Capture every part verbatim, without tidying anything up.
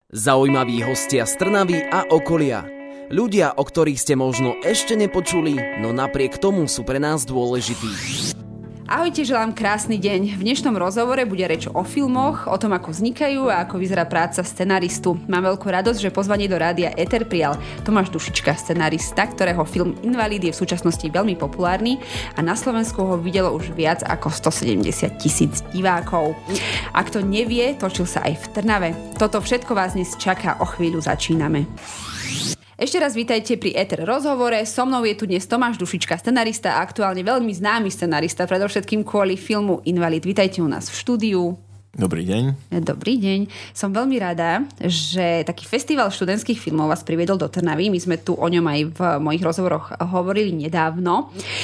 Zaujímaví hostia z Trnavy a okolia. Ľudia, o ktorých ste možno ešte nepočuli, no napriek tomu sú pre nás dôležití. Ahojte, želám krásny deň. V dnešnom rozhovore bude reč o filmoch, o tom, ako vznikajú a ako vyzerá práca scenaristu. Mám veľkú radosť, že pozvanie do rádia Éter prijal Tomáš Dušička, scenarista, ktorého film Invalid je v súčasnosti veľmi populárny a na Slovensku ho videlo už viac ako stosedemdesiat tisíc divákov. Ak to nevie, točil sa aj v Trnave. Toto všetko vás dnes čaká, o chvíľu začíname. Ešte raz vítajte pri Éter rozhovore. So mnou je tu dnes Tomáš Dušička, scenarista a aktuálne veľmi známy scenarista, predovšetkým kvôli filmu Invalid. Vítajte u nás v štúdiu. Dobrý deň. Dobrý deň. Som veľmi rada, že taký festival študentských filmov vás priviedol do Trnavy. My sme tu o ňom aj v mojich rozhovoroch hovorili nedávno.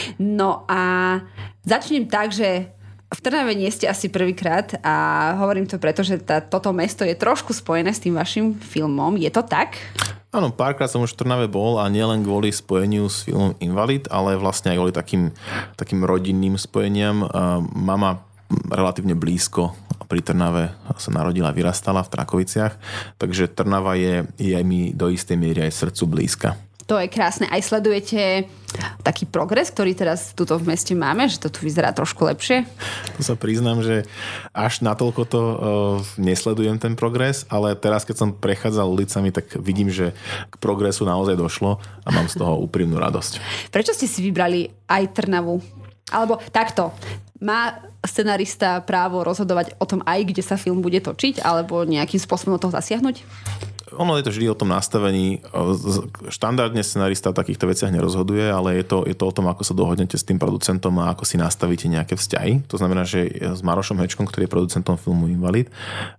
No a začnem tak, že v Trnave nie ste asi prvýkrát a hovorím to preto, že tá, toto mesto je trošku spojené s tým vašim filmom. Je to tak? Áno, párkrát som už v Trnave bol a nielen kvôli spojeniu s filmom Invalid, ale vlastne aj kvôli takým, takým rodinným spojeniam. Mama relatívne blízko pri Trnave sa narodila a vyrastala v Trakoviciach, takže Trnava je, je aj mi do istej miery aj srdcu blízka. To je krásne. Aj sledujete taký progres, ktorý teraz tuto v meste máme, že to tu vyzerá trošku lepšie? To sa priznám, že až natoľko to uh, nesledujem ten progres, ale teraz, keď som prechádzal ulicami, tak vidím, že k progresu naozaj došlo a mám z toho úprimnú radosť. Prečo ste si vybrali aj Trnavu? Alebo takto, má scenarista právo rozhodovať o tom aj, kde sa film bude točiť, alebo nejakým spôsobom do toho zasiahnuť? Ono je to vždy o tom nastavení. Štandardne scenarista v takýchto veciach nerozhoduje, ale je to, je to o tom, ako sa dohodnete s tým producentom a ako si nastavíte nejaké vzťahy. To znamená, že s Marošom Hečkom, ktorý je producentom filmu Invalid,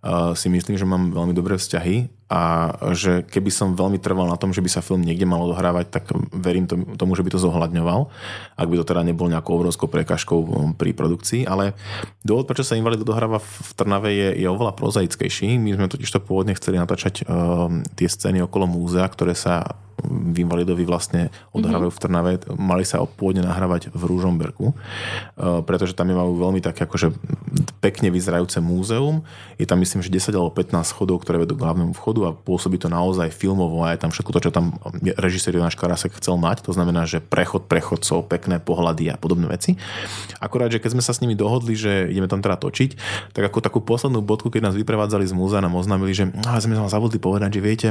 si myslím, že mám veľmi dobré vzťahy a že keby som veľmi trval na tom, že by sa film niekde mal odohrávať, tak verím tomu, že by to zohľadňoval, ak by to teda nebol nejakou obrovskou prekážkou pri produkcii. Ale dôvod, prečo sa Invalid odohráva v Trnave, je, je oveľa prozaickejší. My sme totiž to pôvodne chceli natáčať tie scény okolo múzea, ktoré sa v Invalidovi vlastne odhrávajú v Trnave, mali sa pôvodne nahrávať v Ružomberku, pretože tam je majú veľmi také akože pekne vyzerajúce múzeum. Je tam myslím, že desať alebo pätnásť schodov, ktoré vedú k hlavnému vchodu a pôsobí to naozaj filmovo a je tam všetko to, čo tam režisér Jonáš Karasek chcel mať. To znamená, že prechod prechodcov, pekné pohľady a podobné veci. Akorát, že keď sme sa s nimi dohodli, že ideme tam teda točiť, tak ako takú poslednú bodku, keď nás vyprevádzali z múzea, nám oznámili, že ah, sme vám zabudli povedať, že viete,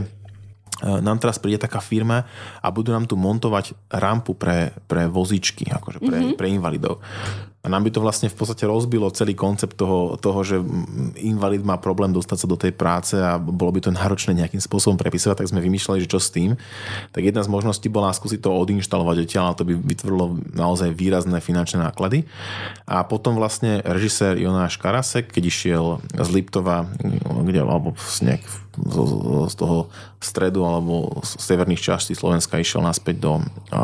nám teraz príde taká firma a budú nám tu montovať rampu pre, pre vozíčky, akože pre, mm-hmm. pre invalidov. A nám by to vlastne v podstate rozbilo celý koncept toho, toho, že invalid má problém dostať sa do tej práce a bolo by to náročné nejakým spôsobom prepisovať, tak sme vymýšľali, že čo s tým. Tak jedna z možností bola skúsiť to odinštalovať odtiaľ, ale to by vytvorilo naozaj výrazné finančné náklady. A potom vlastne režisér Jonáš Karasek, keď išiel z Liptova, kde, alebo z, nejak, z, z toho stredu alebo z severných častí Slovenska išiel naspäť do,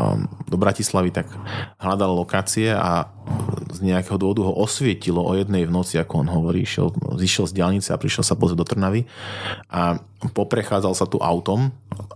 do Bratislavy, tak hľadal lokácie a z nejakého dôvodu ho osvietilo o jednej v noci, ako on hovorí, išiel, zišiel z diaľnice a prišiel sa pozrieť do Trnavy a poprechádzal sa tu autom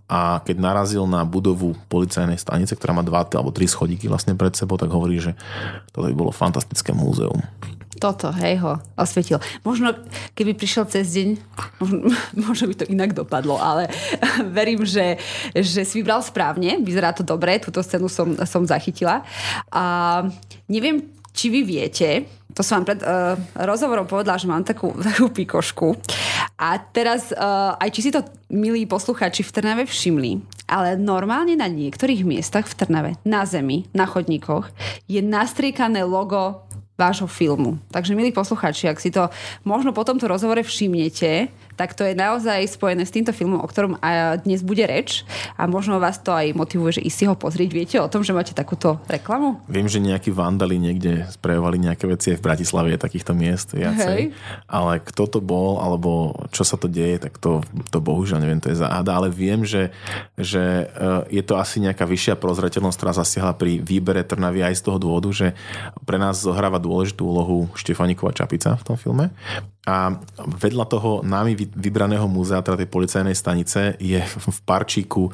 a keď narazil na budovu policajnej stanice, ktorá má dva alebo tri schodíky vlastne pred sebou, tak hovorí, že toto by bolo fantastické múzeum. Toto, hej, ho osvietil. Možno, keby prišiel cez deň, možno, možno by to inak dopadlo, ale verím, že, že si vybral správne. Vyzerá to dobre, túto scénu som, som zachytila. A neviem, či vy viete, to som vám pred uh, rozhovorom povedala, že mám takú, takú pikošku. A teraz, uh, aj či si to, milí poslucháči, v Trnave všimli, ale normálne na niektorých miestach v Trnave, na zemi, na chodníkoch, je nastriekané logo vášho filmu. Takže, milí poslucháči, ak si to možno po tomto rozhovore všimnete, tak to je naozaj spojené s týmto filmom, o ktorom dnes bude reč a možno vás to aj motivuje, že ísť si ho pozrieť. Viete o tom, že máte takúto reklamu? Viem, že nejakí vandali niekde sprejovali nejaké veci aj v Bratislave, je takýchto miest viacej. Hej. Ale kto to bol, alebo čo sa to deje, tak to, to bohužiaľ neviem, to je záhada, ale viem, že, že je to asi nejaká vyššia prozreteľnosť, ktorá zasiahla pri výbere Trnavy aj z toho dôvodu, že pre nás zohráva dôležitú úlohu Štefánikova čapica v tom filme. A vedľa toho nami vybraného múzea, teda tej policajnej stanice, je v parčíku uh,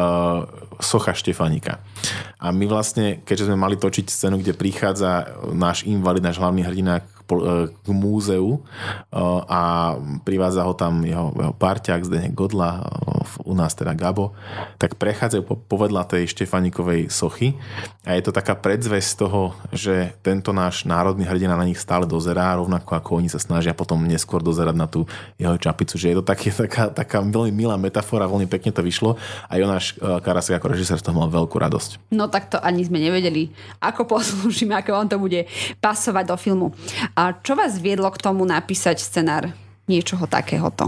socha Štefánika. A my vlastne, keďže sme mali točiť scénu, kde prichádza náš invalid, náš hlavný hrdina k k múzeu a privádza ho tam jeho, jeho parťák Zdeněk Godla, u nás teda Gabo, tak prechádzajú po, povedla tej Štefanikovej sochy a je to taká predzvesť toho, že tento náš národný hrdina na nich stále dozerá, rovnako ako oni sa snažia potom neskôr dozerať na tú jeho čapicu, že je to taký, taká, taká veľmi milá metafora, veľmi pekne to vyšlo a Jonáš Karasek ako režisér z toho mal veľkú radosť. No tak to ani sme nevedeli, ako poslúžime, ako vám to bude pasovať do filmu. A čo vás viedlo k tomu napísať scenár niečoho takéhoto?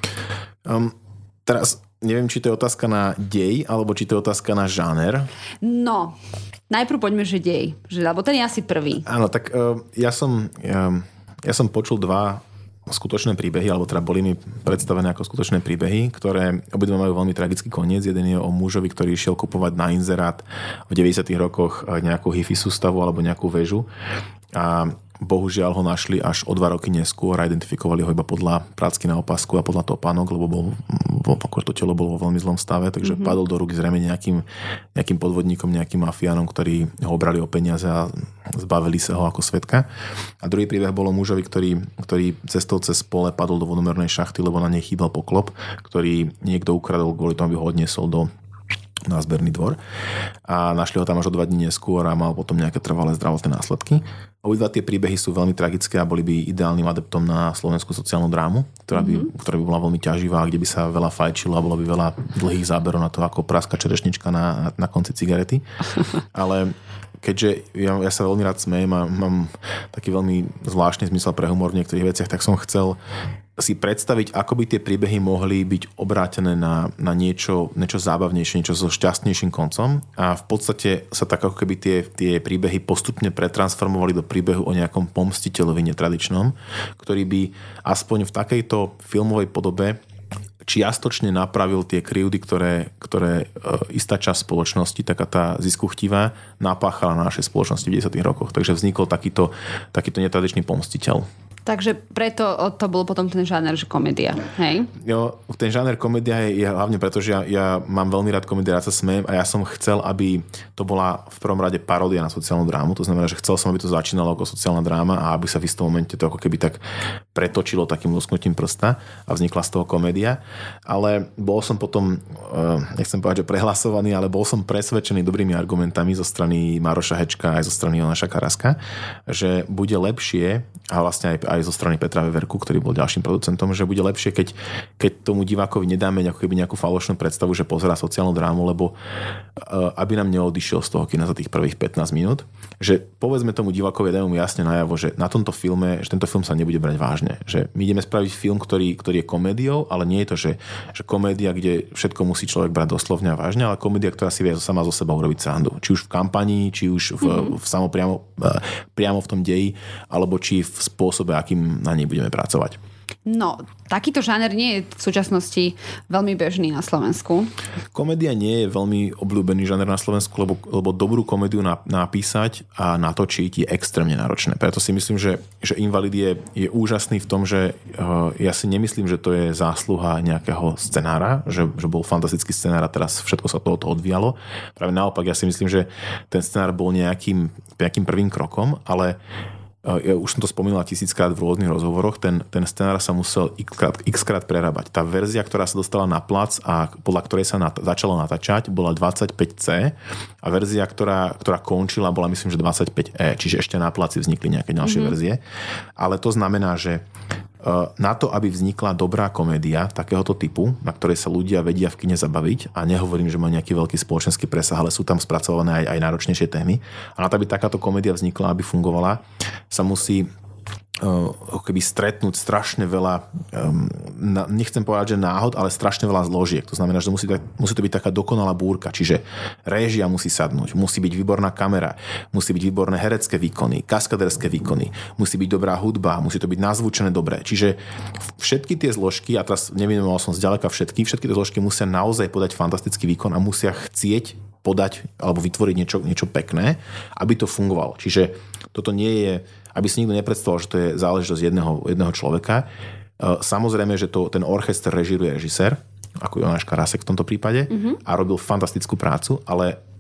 Um, teraz neviem, či to je otázka na dej, alebo či to je otázka na žáner. No, najprv poďme, že dej. Že, lebo ten je asi prvý. Áno, tak uh, ja som ja, ja som počul dva skutočné príbehy, alebo teda boli mi predstavené ako skutočné príbehy, ktoré obidva majú veľmi tragický koniec. Jeden je o mužovi, ktorý išiel kupovať na inzerát v deväťdesiatych rokoch nejakú hi-fi sústavu alebo nejakú väžu a bohužiaľ ho našli až o dva roky neskôr a identifikovali ho iba podľa prácky na opasku a podľa topánok, lebo bol, bol, to telo bolo vo veľmi zlom stave, takže mm-hmm. padol do rúk zrejme nejakým, nejakým podvodníkom, nejakým mafiánom, ktorí ho obrali o peniaze a zbavili sa ho ako svedka. A druhý príbeh bolo mužovi, ktorý, ktorý cestou cez pole padol do vodomernej šachty, lebo na nej chýbal poklop, ktorý niekto ukradol kvôli tomu, aby ho odniesol do na zberný dvor a našli ho tam až o dva dní neskôr a mal potom nejaké trvalé zdravotné následky. Obidva tie príbehy sú veľmi tragické a boli by ideálnym adeptom na slovenskú sociálnu drámu, ktorá by, mm-hmm. ktorá by bola veľmi ťaživá, kde by sa veľa fajčilo a bolo by veľa dlhých záberov na to, ako praska čerešnička na, na konci cigarety. Ale keďže ja, ja sa veľmi rád smejem a mám taký veľmi zvláštny zmysel pre humor v niektorých veciach, tak som chcel si predstaviť, ako by tie príbehy mohli byť obrátené na, na niečo, niečo zábavnejšie, niečo so šťastnejším koncom. A v podstate sa tak ako keby tie, tie príbehy postupne pretransformovali do príbehu o nejakom pomstiteľovi netradičnom, ktorý by aspoň v takejto filmovej podobe čiastočne napravil tie krivdy, ktoré, ktoré e, istá časť spoločnosti, taká tá ziskuchtivá, napáchala na našej spoločnosti v deväťdesiatych rokoch. Takže vznikol takýto, takýto netradičný pomstiteľ. Takže preto to bol potom ten žáner, že komédia, hej? Jo, ten žáner komédia je, je hlavne preto, že ja, ja mám veľmi rád komédiu, rád sa smejem a ja som chcel, aby to bola v prvom rade paródia na sociálnu drámu. To znamená, že chcel som, aby to začínalo ako sociálna dráma a aby sa v istom momente to ako keby tak pretočilo takým lusknutím prsta a vznikla z toho komédia. Ale bol som potom, nechcem povedať, že prehlasovaný, ale bol som presvedčený dobrými argumentami zo strany Maroša Hečka aj zo strany Jonáša Karaska, že bude lepšie a vlastne aj, aj zo strany Petra Veverku, ktorý bol ďalším producentom, že bude lepšie, keď, keď tomu divákovi nedáme nejakú, keby nejakú falošnú predstavu, že pozerá sociálnu drámu, lebo uh, aby nám neodišiel z toho kina za tých prvých pätnásť minút, že povedzme tomu divákovi, dajme mu jasne najavo, že na tomto filme, že tento film sa nebude brať vážne. Že my ideme spraviť film, ktorý, ktorý je komédiou, ale nie je to, že, že komédia, kde všetko musí človek brať doslovne a vážne, ale komédia, ktorá si vie sama zo seba urobiť srandu. Či už v kampanii, či už v, mm-hmm. v samo priamo, priamo v tom deji, alebo či v spôsobe, akým na nej budeme pracovať. No, takýto žáner nie je v súčasnosti veľmi bežný na Slovensku. Komédia nie je veľmi obľúbený žáner na Slovensku, lebo, lebo dobrú komédiu na, napísať a natočiť je extrémne náročné. Preto si myslím, že, že Invalid je, je úžasný v tom, že uh, ja si nemyslím, že to je zásluha nejakého scenára, že, že bol fantastický scenár a teraz všetko sa tohoto odvíjalo. Práve naopak, ja si myslím, že ten scenár bol nejakým, nejakým prvým krokom, ale ja už som to spomínal tisíckrát v rôznych rozhovoroch, ten, ten scenár sa musel x-krát, x-krát prerábať. Tá verzia, ktorá sa dostala na plac a podľa ktorej sa nat- začalo natáčať, bola dvadsaťpäť cé a verzia, ktorá, ktorá končila, bola myslím, že dvadsaťpäť é, čiže ešte na placi vznikli nejaké ďalšie mm-hmm. verzie. Ale to znamená, že na to, aby vznikla dobrá komédia takéhoto typu, na ktorej sa ľudia vedia v kine zabaviť, a nehovorím, že má nejaký veľký spoločenský presah, ale sú tam spracované aj, aj náročnejšie témy. A na to, aby takáto komédia vznikla, aby fungovala, sa musí uh, keby stretnúť strašne veľa, um, na, nechcem povedať, že náhod, ale strašne veľa zložiek. To znamená, že musí, musí to byť taká dokonalá búrka, čiže réžia musí sadnúť, musí byť výborná kamera, musí byť výborné herecké výkony, kaskaderské výkony, musí byť dobrá hudba, musí to byť nazvučené dobre. Čiže všetky tie zložky, a teraz nevymenoval som zďaleka všetky, všetky tie zložky musia naozaj podať fantastický výkon a musia chcieť podať alebo vytvoriť niečo, niečo pekné, aby to fungovalo. Čiže toto nie je, aby si nikto nepredstavoval, že to je záležitosť jedného, jedného človeka. Samozrejme, že to, ten orchester režíruje režisér, ako Jonáš Karasek v tomto prípade, mm-hmm. a robil fantastickú prácu, ale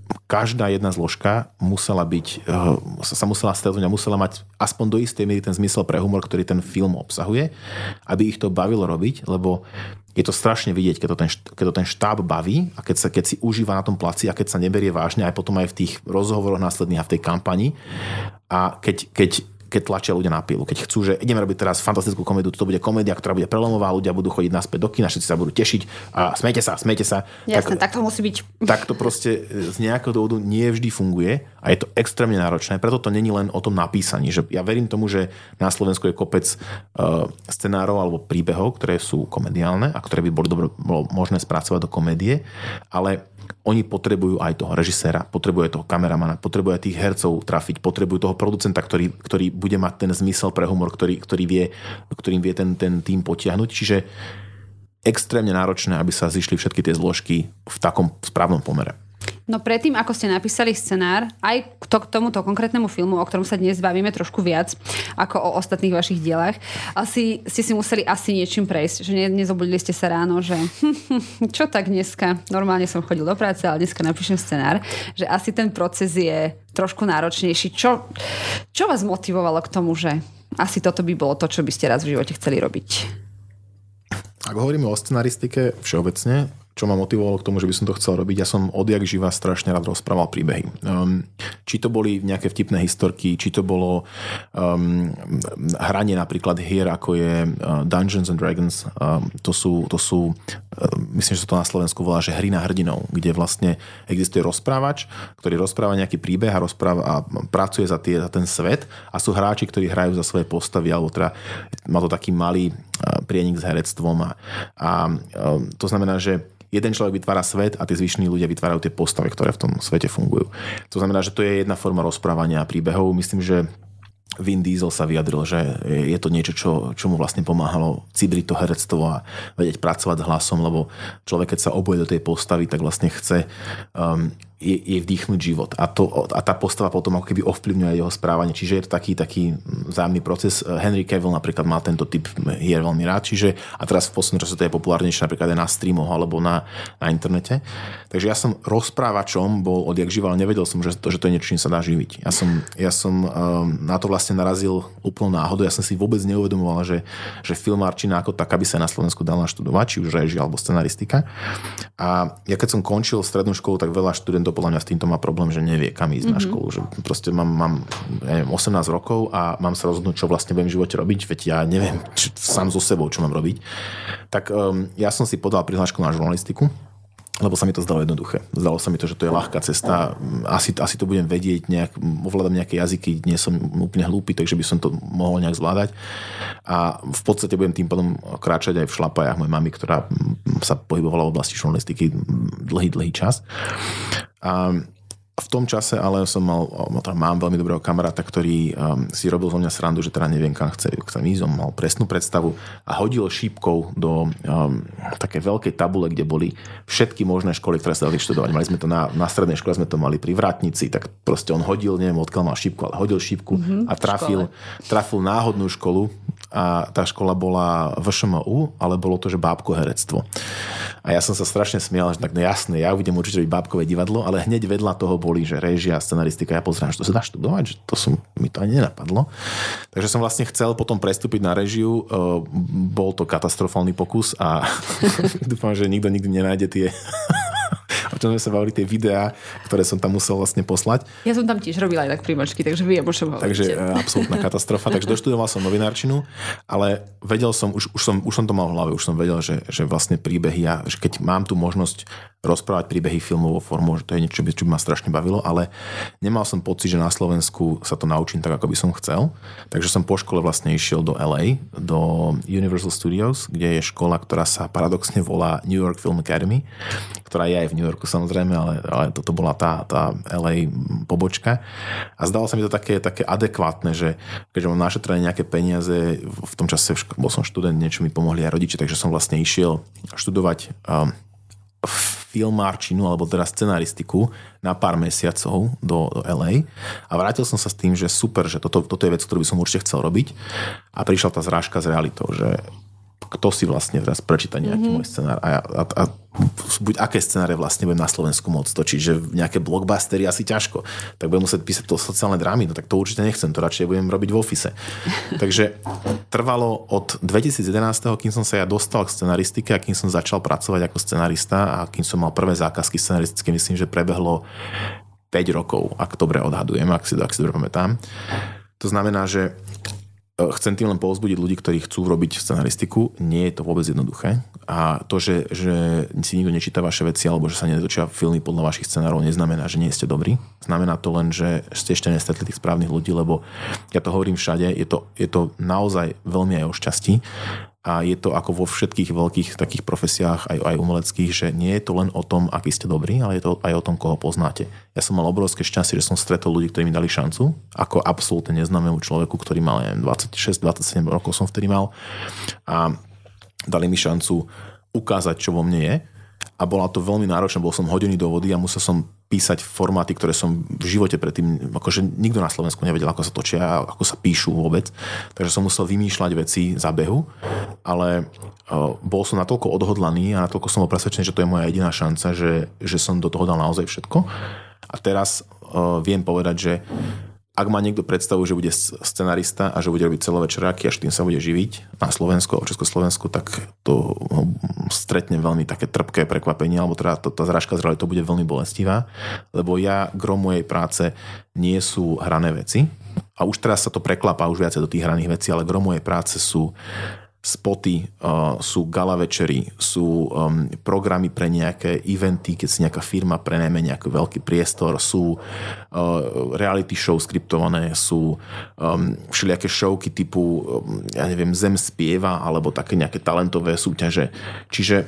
každá jedna zložka musela byť, sa musela stretnúť a musela mať aspoň do istej miery ten zmysel pre humor, ktorý ten film obsahuje, aby ich to bavilo robiť, lebo je to strašne vidieť, keď to ten, keď to ten štáb baví a keď, sa, keď si užíva na tom placi a keď sa neberie vážne aj potom aj v tých rozhovoroch následných a v tej kampani a keď, keď keď tlačia ľudia na pilu. Keď chcú, že ideme robiť teraz fantastickú komédiu, to bude komédia, ktorá bude prelomová, ľudia budú chodiť naspäť do kina, všetci sa budú tešiť a smejte sa, smejte sa. Jasné, tak, tak to musí byť. Tak to proste z nejakého dôvodu nie vždy funguje a je to extrémne náročné. Preto to není len o tom napísaní. Že ja verím tomu, že na Slovensku je kopec uh, scenárov alebo príbehov, ktoré sú komediálne a ktoré by boli dobro, bolo možné spracovať do komédie, ale oni potrebujú aj toho režiséra, potrebujú aj toho kameramana, potrebujú aj tých hercov trafiť, potrebujú toho producenta, ktorý, ktorý bude mať ten zmysel pre humor, ktorý, ktorý vie, ktorým vie ten, ten tým potiahnuť. Čiže extrémne náročné, aby sa zišli všetky tie zložky v takom správnom pomere. No predtým, ako ste napísali scenár, aj k tomuto konkrétnemu filmu, o ktorom sa dnes bavíme trošku viac, ako o ostatných vašich dielach, asi ste si museli asi niečím prejsť, že ne, nezobudili ste sa ráno, že čo tak dneska, normálne som chodil do práce, ale dneska napíšem scenár, že asi ten proces je trošku náročnejší. Čo, čo vás motivovalo k tomu, že asi toto by bolo to, čo by ste raz v živote chceli robiť? Ak hovoríme o scenaristike všeobecne, čo ma motivovalo k tomu, že by som to chcel robiť. Ja som odjak živa strašne rád rozprával príbehy. Um, či to boli nejaké vtipné historky, či to bolo um, hranie napríklad hier, ako je uh, Dungeons and Dragons. Um, to sú, to sú uh, myslím, že sa to na Slovensku volá, že hry na hrdinov, kde vlastne existuje rozprávač, ktorý rozpráva nejaký príbeh a, rozpráva, a pracuje za, tie, za ten svet a sú hráči, ktorí hrajú za svoje postavy, alebo teda má to taký malý uh, prienik s herectvom a, a uh, to znamená, že jeden človek vytvára svet a tí zvyšní ľudia vytvárajú tie postavy, ktoré v tom svete fungujú. To znamená, že to je jedna forma rozprávania príbehov. Myslím, že Vin Diesel sa vyjadril, že je to niečo, čo, čo mu vlastne pomáhalo cibriť to herectvo a vedieť pracovať s hlasom, lebo človek, keď sa oboje do tej postavy, tak vlastne chce um, je, je vdýchnuť život. A, to, a tá postava potom ako keby ovplyvňuje jeho správanie. Čiže je to taký, taký vzájomný proces. Henry Cavill napríklad má tento typ hier veľmi rád. Čiže, a teraz v poslednom čase to je populárnejšie napríklad aj na streamoch alebo na, na internete. Takže ja som rozprávačom bol odjak živa, ale nevedel som, že to, že to je niečo, čím sa dá živiť. Ja som, ja som um, na to vlastne narazil úplnou náhodou. Ja som si vôbec neuvedomoval, že, že filmárčina ako taká by sa na Slovensku dala študovať, či už réžia alebo scenaristika. A ja keď som končil strednú školu, tak veľa študentov podľa mňa s týmto má problém, že nevie, kam ísť mm-hmm. na školu. Že proste mám, mám ja neviem, osemnásť rokov a mám sa rozhodnúť, čo vlastne budem v živote robiť, veď ja neviem či, sám so sebou, čo mám robiť. Tak um, ja som si podal prihlášku na žurnalistiku, lebo sa mi to zdalo jednoduché. Zdalo sa mi to, že to je ľahká cesta. Asi, asi to budem vedieť, nejak, ovládam nejaké jazyky, nie som úplne hlúpy, takže by som to mohol nejak zvládať. A v podstate budem tým potom kráčať aj v šlapajách mojej mamy, ktorá sa pohybovala v oblasti žurnalistiky dlhý, dlhý čas. A v tom čase ale som mal, mám veľmi dobrého kamaráta, ktorý um, si robil zo mňa srandu, že teda neviem, kam chce, chcem ísť. On mal presnú predstavu a hodil šípkou do um, také veľkej tabule, kde boli všetky možné školy, ktoré sa dali študovať. Mali sme to na, na strednej škole, sme to mali pri Vrátnici, tak proste on hodil, neviem, odkiaľ mal šípku, ale hodil šípku mm-hmm, a trafil, trafil náhodnú školu a tá škola bola vé š em ú, ale bolo to, že bábko herectvo. A ja som sa strašne smial, že tak no jasné, ja budem určite robiť bábkové divadlo, ale hneď vedľa toho boli, že réžia, scenaristika. Ja pozerám, že to sa dá študovať, že to som, mi to ani nenapadlo. Takže som vlastne chcel potom prestúpiť na réžiu. Bol to katastrofálny pokus a dúfam, že nikto nikdy nenájde tie o čom sme sa bavili, tie videá, ktoré som tam musel vlastne poslať. Ja som tam tiež robila aj tak príjmačky, takže viem, o čom hovoríte. Takže absolútna katastrofa. Takže doštudoval som novinárčinu, ale vedel som, už, už, som, už som to mal v hlave, už som vedel, že, že vlastne príbehy, ja, že keď mám tu možnosť rozprávať príbehy filmovou formou, že to je niečo, čo by ma strašne bavilo, ale nemal som pocit, že na Slovensku sa to naučím tak, ako by som chcel. Takže som po škole vlastne išiel do el ej, do Universal Studios, kde je škola, ktorá sa paradoxne volá New York Film Academy, ktorá je aj v New Yorku samozrejme, ale, ale toto bola tá, tá el ej pobočka. A zdalo sa mi to také, také adekvátne, že keďže mám našetrené nejaké peniaze, v tom čase bol som študent, niečo mi pomohli aj rodiče, takže som vlastne išiel študovať um, filmárčinu, alebo teda scenaristiku na pár mesiacov do, do el ej a vrátil som sa s tým, že super, že toto, toto je vec, ktorú by som určite chcel robiť a prišla tá zrážka s realitou, že kto si vlastne teraz prečíta nejaký mm-hmm. môj scenár a, ja, a, a buď aké scenáre vlastne budem na Slovensku môcť točiť, že nejaké blockbustery asi ťažko, tak budem musieť písať to sociálne drámy, no tak to určite nechcem, to radšej budem robiť v office. Takže trvalo od dvetisíc jedenásť, kým som sa ja dostal k scenaristike a kým som začal pracovať ako scenarista a kým som mal prvé zákazky scenaristické, myslím, že prebehlo päť rokov, ak dobre odhadujem, ak si, ak si dobre pamätám. To znamená, že chcem tým len povzbudiť ľudí, ktorí chcú robiť scenaristiku. Nie je to vôbec jednoduché. A to, že, že si nikto nečíta vaše veci alebo že sa netočia filmy podľa vašich scenárov, neznamená, že nie ste dobrí. Znamená to len, že ste ešte nestretli tých správnych ľudí, lebo ja to hovorím všade, je to, je to naozaj veľmi aj o šťastí. A je to ako vo všetkých veľkých takých profesiách, aj, aj umeleckých, že nie je to len o tom, aký ste dobrí, ale je to aj o tom, koho poznáte. Ja som mal obrovské šťastie, že som stretol ľudí, ktorí mi dali šancu, ako absolútne neznámemu človeku, ktorý mal neviem, dvadsaťšesť dvadsaťsedem rokov som vtedy mal. A dali mi šancu ukázať, čo vo mne je. A bola to veľmi náročné, bol som hodený do vody a musel som písať formáty, ktoré som v živote predtým, akože nikto na Slovensku nevedel, ako sa točia, ako sa píšu vôbec. Takže som musel vymýšľať veci za behu, ale uh, bol som natoľko odhodlaný a natoľko som bol presvedčený, že to je moja jediná šanca, že, že som do toho dal naozaj všetko. A teraz uh, viem povedať, že ak má niekto predstavu, že bude scenarista a že bude robiť celovečeráky a tým sa bude živiť na Slovensku a Československu, tak to stretne veľmi také trpké prekvapenie, alebo teda tá zrážka z realitou bude veľmi bolestivá, lebo ja grom mojej práce nie sú hrané veci a už teraz sa to preklapá už viacej do tých hraných vecí, ale grom mojej práce sú spoty, uh, sú gala večery, sú um, programy pre nejaké eventy, keď si nejaká firma prenajme nejaký veľký priestor, sú uh, reality show skriptované, sú um, všelijaké showky typu, um, ja neviem, Zem spieva, alebo také nejaké talentové súťaže. Čiže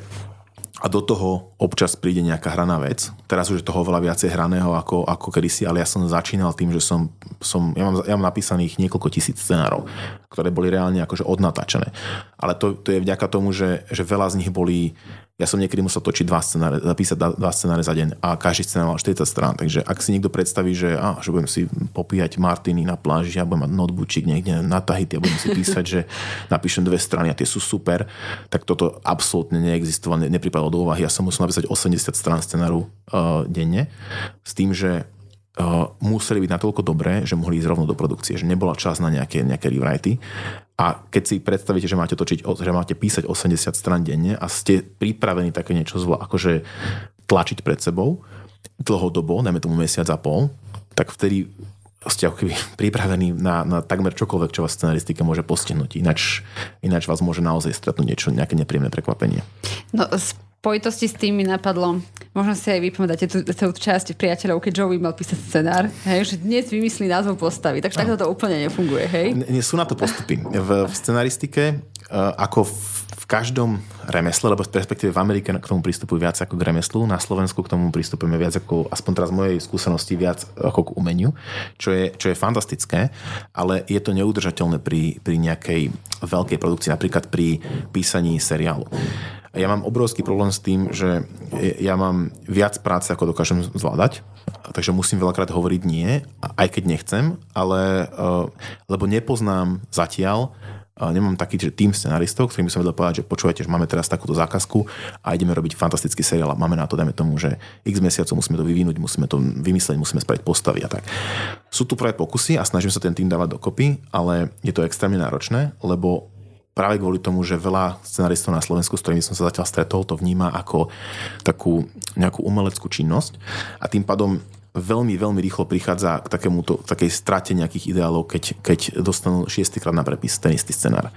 a do toho občas príde nejaká hraná vec. Teraz už je toho veľa viacej hraného ako, ako kedysi, ale ja som začínal tým, že som, som ja, mám, ja mám napísaných niekoľko tisíc scenárov, ktoré boli reálne akože odnatáčané. Ale to, to je vďaka tomu, že, že veľa z nich boli. Ja som niekedy musel točiť dva scenáre, zapísať dva scenáre za deň a každý scenár mal štyridsať strán. Takže ak si niekto predstaví, že, á, že budem si popíjať martiny na pláži a budem mať noteboočik niekde na Tahiti a budem si písať, že napíšem dve strany a tie sú super, tak toto absolútne neexistovalo, nepripadalo do úvahy. Ja som musel napísať osemdesiat strán scenáru uh, denne s tým, že uh, museli byť natoľko dobré, že mohli ísť rovno do produkcie, že nebola čas na nejaké, nejaké rewritey. A keď si predstavíte, že máte točiť, že máte písať osemdesiat strán denne a ste pripravení také niečo zvla, akože tlačiť pred sebou dlhodobo, najmä tomu mesiac a pol, tak vtedy ste ako keby pripravení na, na takmer čokoľvek, čo vás scenaristika môže postihnúť. Ináč, ináč vás môže naozaj stretnúť niečo, nejaké nepríjemné prekvapenie. No, spojitosti s tým mi napadlo, možno si aj vy pamätáte tú, tú časť priateľov, keď Joey mal písať scenár, hej, že dnes vymyslí názov postavy, takže takto to úplne nefunguje, hej? Nie sú na to postupy. V, v scenaristike, ako v, v každom remesle, lebo respektíve v Amerike k tomu pristupujú viac ako k remeslu, na Slovensku k tomu pristupujeme viac ako, aspoň teraz z mojej skúsenosti, viac ako k umeniu, čo je, čo je fantastické, ale je to neudržateľné pri, pri nejakej veľkej produkcii, napríklad pri písaní seriálu. Ja mám obrovský problém s tým, že ja mám viac práce, ako dokážem zvládať, takže musím veľakrát hovoriť nie, aj keď nechcem, ale lebo nepoznám zatiaľ, nemám taký že tým scenaristov, ktorým by som vedel povedať, že počúvajte, že máme teraz takúto zákazku a ideme robiť fantastický seriál a máme na to, dajme tomu, že x mesiacov musíme to vyvinúť, musíme to vymysleť, musíme spraviť postavy a tak. Sú tu práve pokusy a snažím sa ten tým dávať dokopy, ale je to extrémne náročné, lebo práve kvôli tomu, že veľa scenaristov na Slovensku, s ktorými som sa zatiaľ stretol, to vníma ako takú nejakú umeleckú činnosť a tým pádom veľmi, veľmi rýchlo prichádza k takémuto, takej strate nejakých ideálov, keď, keď dostanú šiestýkrát na prepis ten istý scenár.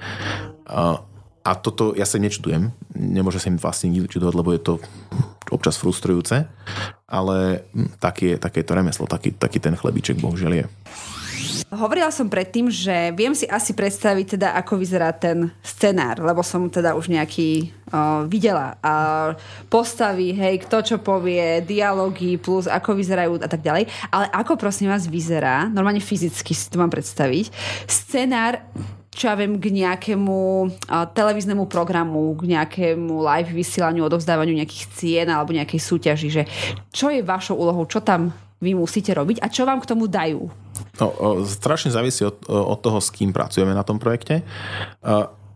A, a toto ja sa im nečudujem, nemôže sa im vlastne nikto čudovať, lebo je to občas frustrujúce, ale taký je, také je to remeslo, taký, taký ten chlebíček bohužiaľ je. Hovorila som predtým, že viem si asi predstaviť teda, ako vyzerá ten scenár, lebo som teda už nejaký uh, videla. A postavy, hej, kto čo povie, dialógy plus ako vyzerajú a tak ďalej. Ale ako prosím vás vyzerá, normálne fyzicky si to mám predstaviť, scenár, čo ja viem, k nejakému uh, televíznemu programu, k nejakému live vysielaniu, odovzdávaniu nejakých cien alebo nejakej súťaži, že čo je vašou úlohou, čo tam vy musíte robiť a čo vám k tomu dajú? No, strašne závisí od, od toho, s kým pracujeme na tom projekte.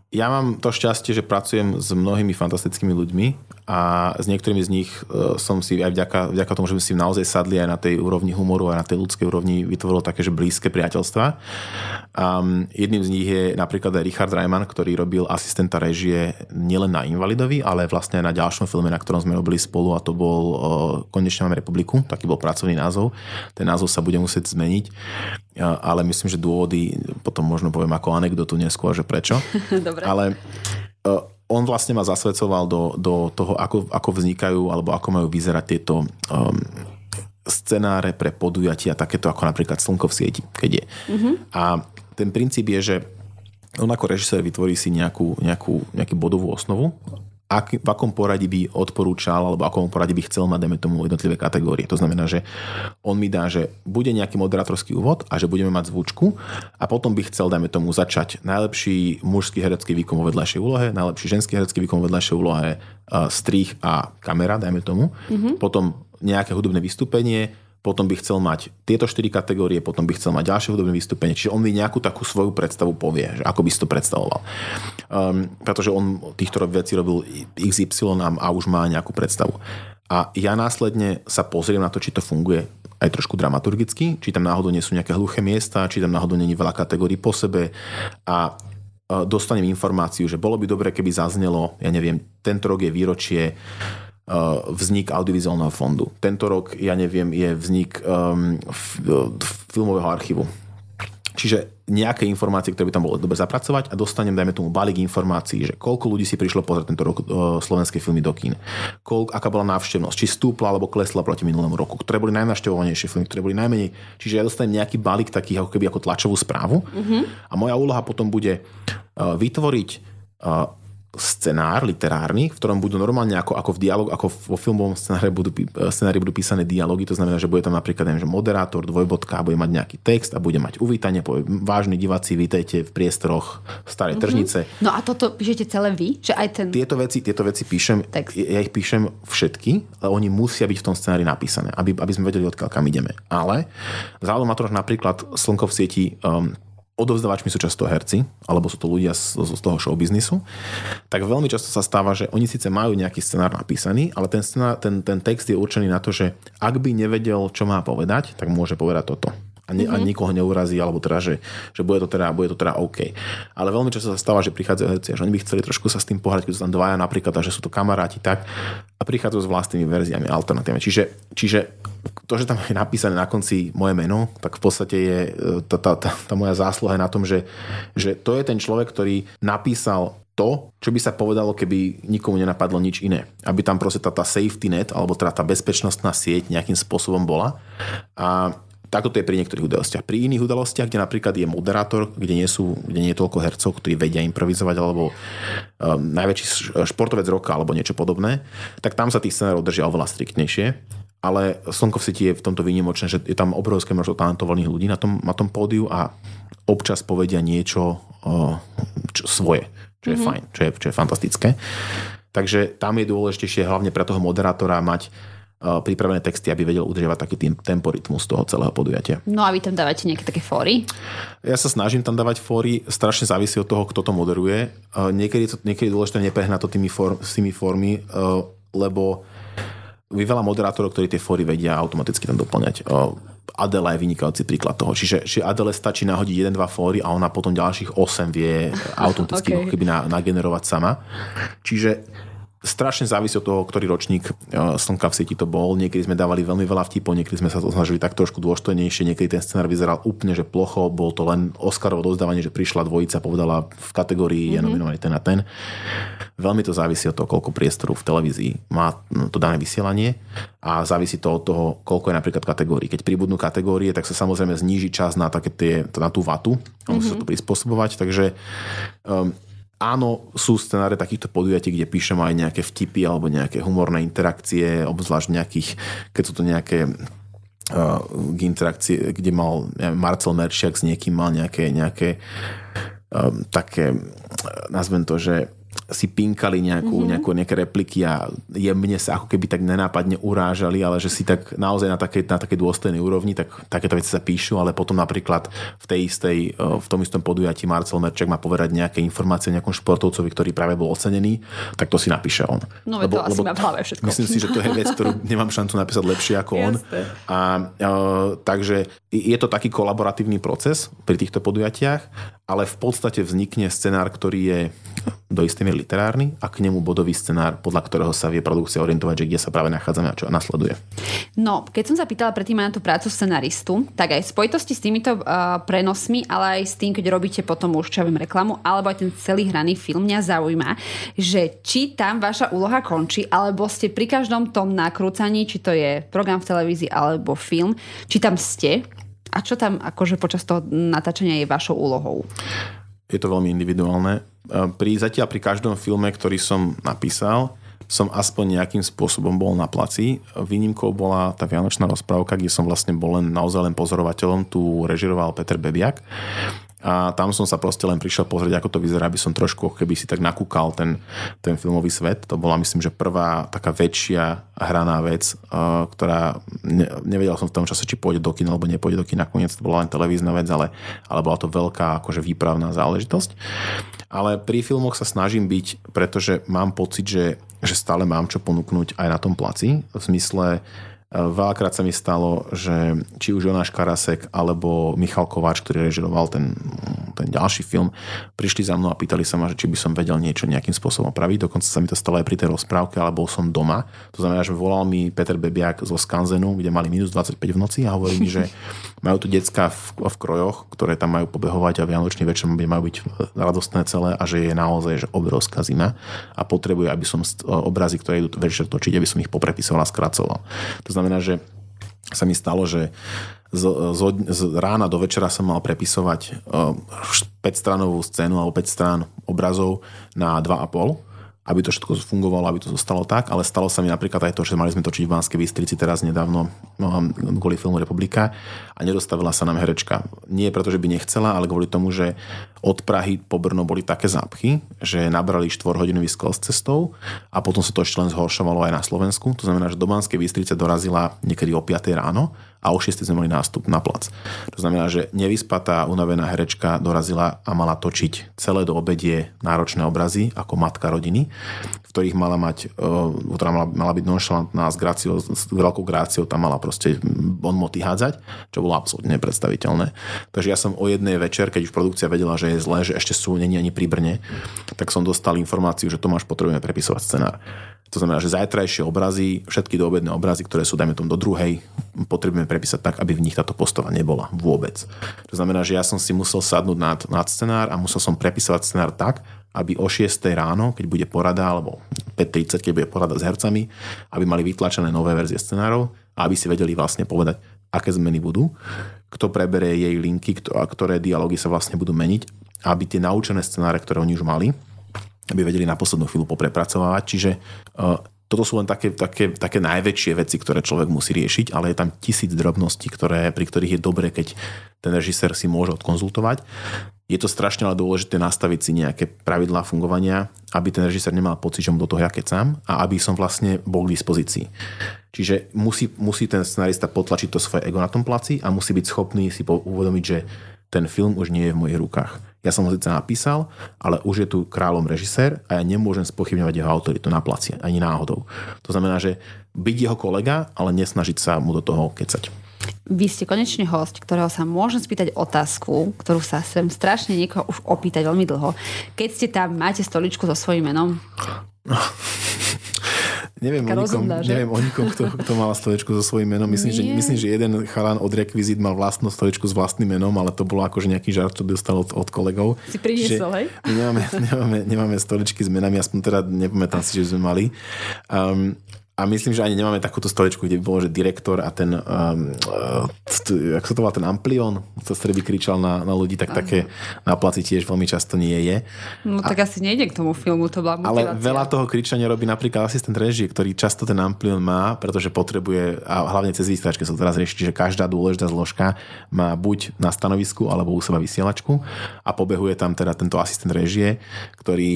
Ja mám to šťastie, že pracujem s mnohými fantastickými ľuďmi a s niektorými z nich som si aj vďaka, vďaka tomu, že sme si naozaj sadli aj na tej úrovni humoru a na tej ľudskej úrovni vytvorilo také, že blízke priateľstva. Um, jedným z nich je napríklad aj Richard Reimann, ktorý robil asistenta režie nielen na Invalidovi, ale vlastne aj na ďalšom filme, na ktorom sme robili spolu, a to bol uh, Konečne máme republiku, taký bol pracovný názov. Ten názov sa bude musieť zmeniť, uh, ale myslím, že dôvody potom možno poviem ako anekdotu neskôr, že prečo. Dobre. Ale uh, on vlastne ma zasvedcoval do, do toho, ako, ako vznikajú alebo ako majú vyzerať tieto um, scenáre pre podujatia, takéto ako napríklad Slnko v sieti, keď je. Mm-hmm. A ten princíp je, že on ako režisér vytvorí si nejakú, nejakú, nejakú bodovú osnovu, ak, v akom poradí by odporúčal alebo akom poradí by chcel mať, dajme tomu, jednotlivé kategórie. To znamená, že on mi dá, že bude nejaký moderátorský úvod a že budeme mať zvučku a potom by chcel, dajme tomu, začať najlepší mužský herecký výkon vo vedľajšej úlohe, najlepší ženský herecký výkon vo vedľajšej úlohe, strih a kamera, dajme tomu. Mm-hmm. Potom nejaké hudobné vystúpenie, potom by chcel mať tieto štyri kategórie, potom by chcel mať ďalšie hudobné vystúpenie. Čiže on mi nejakú takú svoju predstavu povie, že ako by si to predstavoval. Um, pretože on týchto vecí robil iks ypsilon a už má nejakú predstavu. A ja následne sa pozriem na to, či to funguje aj trošku dramaturgicky, či tam náhodou nie sú nejaké hluché miesta, či tam náhodou nie je veľa kategórií po sebe a dostanem informáciu, že bolo by dobre, keby zaznelo, ja neviem, tento rok je výročie vznik audiovizuálneho fondu. Tento rok, ja neviem, je vznik um, f, filmového archívu. Čiže nejaké informácie, ktoré by tam bolo dobre zapracovať a dostanem, dajme tomu, balík informácií, že koľko ľudí si prišlo pozrieť tento rok uh, slovenské filmy do kín. Koľko, aká bola návštevnosť, či stúpla alebo klesla proti minulému roku, ktoré boli najnavštevovanejšie filmy, ktoré boli najmenej. Čiže ja dostanem nejaký balík takých ako keby ako tlačovú správu mm-hmm. a moja úloha potom bude uh, vytvoriť uh, scenár literárny, v ktorom budú normálne ako, ako v dialog, ako vo filmovom scenári budú, scenári budú písané dialógy, to znamená, že bude tam napríklad neviem, že moderátor, dvojbodka, bude mať nejaký text a bude mať uvítanie, povie, vážni diváci, vítajte v priestoroch Starej mm-hmm. Tržnice. No a toto píšete celé vy? Že aj ten... Tieto veci, tieto veci píšem, text. Ja ich píšem všetky, ale oni musia byť v tom scenári napísané, aby, aby sme vedeli, odkiaľ kam ideme. Ale záľudu na to, že napríklad Slnko v sieti um, odovzdávačmi sú často herci, alebo sú to ľudia z, z toho showbiznisu, tak veľmi často sa stáva, že oni síce majú nejaký scenár napísaný, ale ten, scenár, ten, ten text je určený na to, že ak by nevedel, čo má povedať, tak môže povedať toto. A, ne, mm-hmm. a nikoho neurazí, alebo teda, že, že bude, to teda, bude to teda OK. Ale veľmi často sa stáva, že prichádzajú herci a že oni by chceli trošku sa s tým pohrať, keď sú tam dvaja napríklad, a že sú to kamaráti tak a prichádzajú s vlastnými verziami, alternatívami. Čiže, čiže to, že tam je napísané na konci moje meno, tak v podstate je tá, tá, tá, tá moja zásluha na tom, že, že to je ten človek, ktorý napísal to, čo by sa povedalo, keby nikomu nenapadlo nič iné. Aby tam proste tá, tá safety net, alebo teda tá bezpečnostná sieť nejakým spôsobom bola. A takto to je pri niektorých udalostiach. Pri iných udalostiach, kde napríklad je moderátor, kde nie, sú, kde nie je toľko hercov, ktorí vedia improvizovať, alebo um, najväčší športovec roka, alebo niečo podobné, tak tam sa tých scenárov držia oveľa striktnejšie. Ale Slnko v sieti je v tomto výnimočné, že je tam obrovské množstvo talentovaných ľudí na tom, na tom pódiu a občas povedia niečo uh, čo, svoje, čo je mm-hmm. fajn, čo je, čo je fantastické. Takže tam je dôležitejšie hlavne pre toho moderátora mať pripravené texty, aby vedel udržiavať taký tým temporytmus toho celého podujatia. No a vy tam dávate nejaké také fóry? Ja sa snažím tam dávať fóry, strašne závisí od toho, kto to moderuje. Niekedy, to, niekedy je dôležité neprehnať to tými form, s tými formy, lebo vy veľa moderátorov, ktorí tie fóry vedia automaticky tam doplňať. Adela je vynikajúci príklad toho. Čiže, čiže Adele stačí nahodiť jeden dva fóry a ona potom ďalších osem vie automaticky okay. keby nagenerovať sama. Čiže strašne závisí od toho, ktorý ročník Slnka v sieti to bol. Niekedy sme dávali veľmi veľa vtipov, niekedy sme sa to snažili tak trošku dôstojnejšie, niekedy ten scenár vyzeral úplne, že plocho, bol to len Oscarovo dozdávanie, že prišla dvojica, povedala v kategórii mm-hmm. je nominovaný ten a ten. Veľmi to závisí od toho, koľko priestoru v televízii má to dané vysielanie a závisí to od toho, koľko je napríklad kategórií. Keď pribudnú kategórie, tak sa samozrejme zníži čas na, také tie, na tú vatu, mm-hmm. musí sa to prispôsobovať, takže um, áno, sú scenáre takýchto podujatí, kde píšem aj nejaké vtipy alebo nejaké humorné interakcie, obzvlášť nejakých, keď sú to nejaké uh, interakcie, kde mal ja, Marcel Meršiak s niekým mal nejaké, nejaké um, také, nazvem to, že si pinkali nejakú, mm-hmm. nejakú, nejaké repliky a jemne sa ako keby tak nenápadne urážali, ale že si tak naozaj na takej, na takej dôstojnej úrovni, tak takéto veci sa píšu, ale potom napríklad v tej istej, v tom istom podujatí Marcel Merček má povedať nejaké informácie o nejakom športovcovi, ktorý práve bol ocenený, tak to si napíše on. No lebo, to asi má v hlave všetko. Myslím si, že to je vec, ktorú nemám šancu napísať lepšie ako on. A, a, takže je to taký kolaboratívny proces pri týchto podujatiach, ale v podstate vznikne scenár, ktorý je do istej miery literárny a k nemu bodový scenár, podľa ktorého sa vie produkcia orientovať, že kde sa práve nachádzame a čo nasleduje. No, keď som sa pýtala predtým na tú prácu scenaristu, tak aj v spojitosti s týmito uh, prenosmi, ale aj s tým, keď robíte potom už, čo ja viem, reklamu, alebo aj ten celý hraný film, mňa zaujíma, že či tam vaša úloha končí, alebo ste pri každom tom nakrúcaní, či to je program v televízii alebo film, či tam ste a čo tam akože počas toho natáčania je vašou úlohou? Je to veľmi individuálne. Pri, zatiaľ pri každom filme, ktorý som napísal, som aspoň nejakým spôsobom bol na placi. Výnimkou bola tá vianočná rozprávka, kde som vlastne bol len naozaj len pozorovateľom. Tu režiroval Peter Bebiak. A tam som sa proste len prišiel pozrieť, ako to vyzerá, aby som trošku keby si tak nakúkal ten, ten filmový svet. To bola, myslím, že prvá taká väčšia hraná vec, uh, ktorá ne, nevedel som v tom čase, či pôjde do kina, alebo nepôjde do kina. Nakoniec to bola len televízna vec, ale, ale bola to veľká akože výpravná záležitosť. Ale pri filmoch sa snažím byť, pretože mám pocit, že, že stále mám čo ponúknuť aj na tom placi. V zmysle veľakrát sa mi stalo, že či už Jonáš Karasek alebo Michal Kováč, ktorý režiroval ten, ten ďalší film, prišli za mnou a pýtali sa ma, že či by som vedel niečo nejakým spôsobom opraviť. Dokonca sa mi to stalo aj pri tej rozprávke, ale bol som doma. To znamená, že volal mi Peter Bebiak zo Skanzenu, kde mali minus dvadsaťpäť v noci a hovorí mi, že majú tu decká v, v krojoch, ktoré tam majú pobehovať a vianočný večer majú byť radostné celé a že je naozaj že obrovská zima a potrebuje, aby som obrazy, ktoré idú večer točiť, aby som ich poprepisoval a skracoval. To znamená, že sa mi stalo, že z, z, z rána do večera som mal prepisovať päťstranovú scénu alebo päť strán obrazov na dva a pol, aby to všetko fungovalo, aby to zostalo tak, ale stalo sa mi napríklad aj to, že mali sme točiť v Banskej Bystrici teraz nedávno kvôli filmu Republika a nedostavila sa nám herečka. Nie preto, že by nechcela, ale kvôli tomu, že od Prahy po Brno boli také zápchy, že nabrali štvorhodinový skl s cestou a potom sa to ešte len zhoršovalo aj na Slovensku. To znamená, že do Banskej Bystrice dorazila niekedy o piatej ráno a o šiestej sme mali nástup na plac. To znamená, že nevyspatá, unavená herečka dorazila a mala točiť celé do obedie náročné obrazy ako matka rodiny, v ktorých mala mať, ktorá mala, mala byť nonšalantná s, gráciou, s veľkou gráciou, tam mala proste bonmoty hádzať, čo bolo absolútne nepredstaviteľné. Takže ja som o jednej večer, keď už produkcia vedela, že je zlé, že ešte sú, není ani pri Brne, tak som dostal informáciu, že Tomáš, potrebujeme prepisovať scenár. To znamená, že zajtrajšie obrazy, všetky doobedné obrazy, ktoré sú, dajme tomu, do druhej, potrebujeme prepísať tak, aby v nich táto postava nebola vôbec. To znamená, že ja som si musel sadnúť nad, nad scenár a musel som prepísať scenár tak, aby o šiestej ráno, keď bude porada, alebo päť tridsať, keď bude porada s hercami, aby mali vytlačené nové verzie scenárov a aby si vedeli vlastne povedať, aké zmeny budú, kto preberie jej linky, kto, a ktoré dialógy sa vlastne budú meniť, aby tie naučené scenáre, ktoré oni už mali, aby vedeli na poslednú chvíľu poprepracovávať. Čiže uh, toto sú len také, také, také najväčšie veci, ktoré človek musí riešiť, ale je tam tisíc drobností, ktoré, pri ktorých je dobré, keď ten režisér si môže odkonzultovať. Je to strašne ale dôležité nastaviť si nejaké pravidlá fungovania, aby ten režisér nemal pocit, že mu do toho ja kecam a aby som vlastne bol k dispozícii. Čiže musí, musí ten scenarista potlačiť to svoje ego na tom placi a musí byť schopný si uvedomiť, že ten film už nie je v mojich rukách. Ja som ho síce napísal, ale už je tu kráľom režisér a ja nemôžem spochybňovať jeho autoritu na placi, ani náhodou. To znamená, že byť jeho kolega, ale nesnažiť sa mu do toho kecať. Vy ste konečne hosť, ktorého sa môžem spýtať otázku, ktorú sa sem strašne niekoho už opýtať veľmi dlho. Keď ste tam, máte stoličku so svojím menom? Neviem o, nikom, rozumná, neviem o nikom, kto, kto mal stoličku so svojím menom. Myslím že, myslím, že jeden chalan od Rekvizit mal vlastnú stoličku s vlastným menom, ale to bolo akože nejaký žart, čo dostal od, od kolegov. Si priniesol, hej? Nemáme, nemáme, nemáme stoličky s menami, aspoň teda nepamätám si, že sme mali. Um, A myslím, že ani nemáme takúto stoličku, kde by bolo, že direktor a ten, um, uh, jak sa to volá, ten amplión, ktorý by kričal na, na ľudí, tak také na placi tiež veľmi často nie je. No tak a, asi nejde k tomu filmu, to bola motivácia. Ale veľa toho kričania robí napríklad asistent režie, ktorý často ten amplión má, pretože potrebuje, a hlavne cez výstračke sa teraz rieši, že každá dôležitá zložka má buď na stanovisku, alebo u seba vysielačku a pobehuje tam teda tento asistent režie, ktorý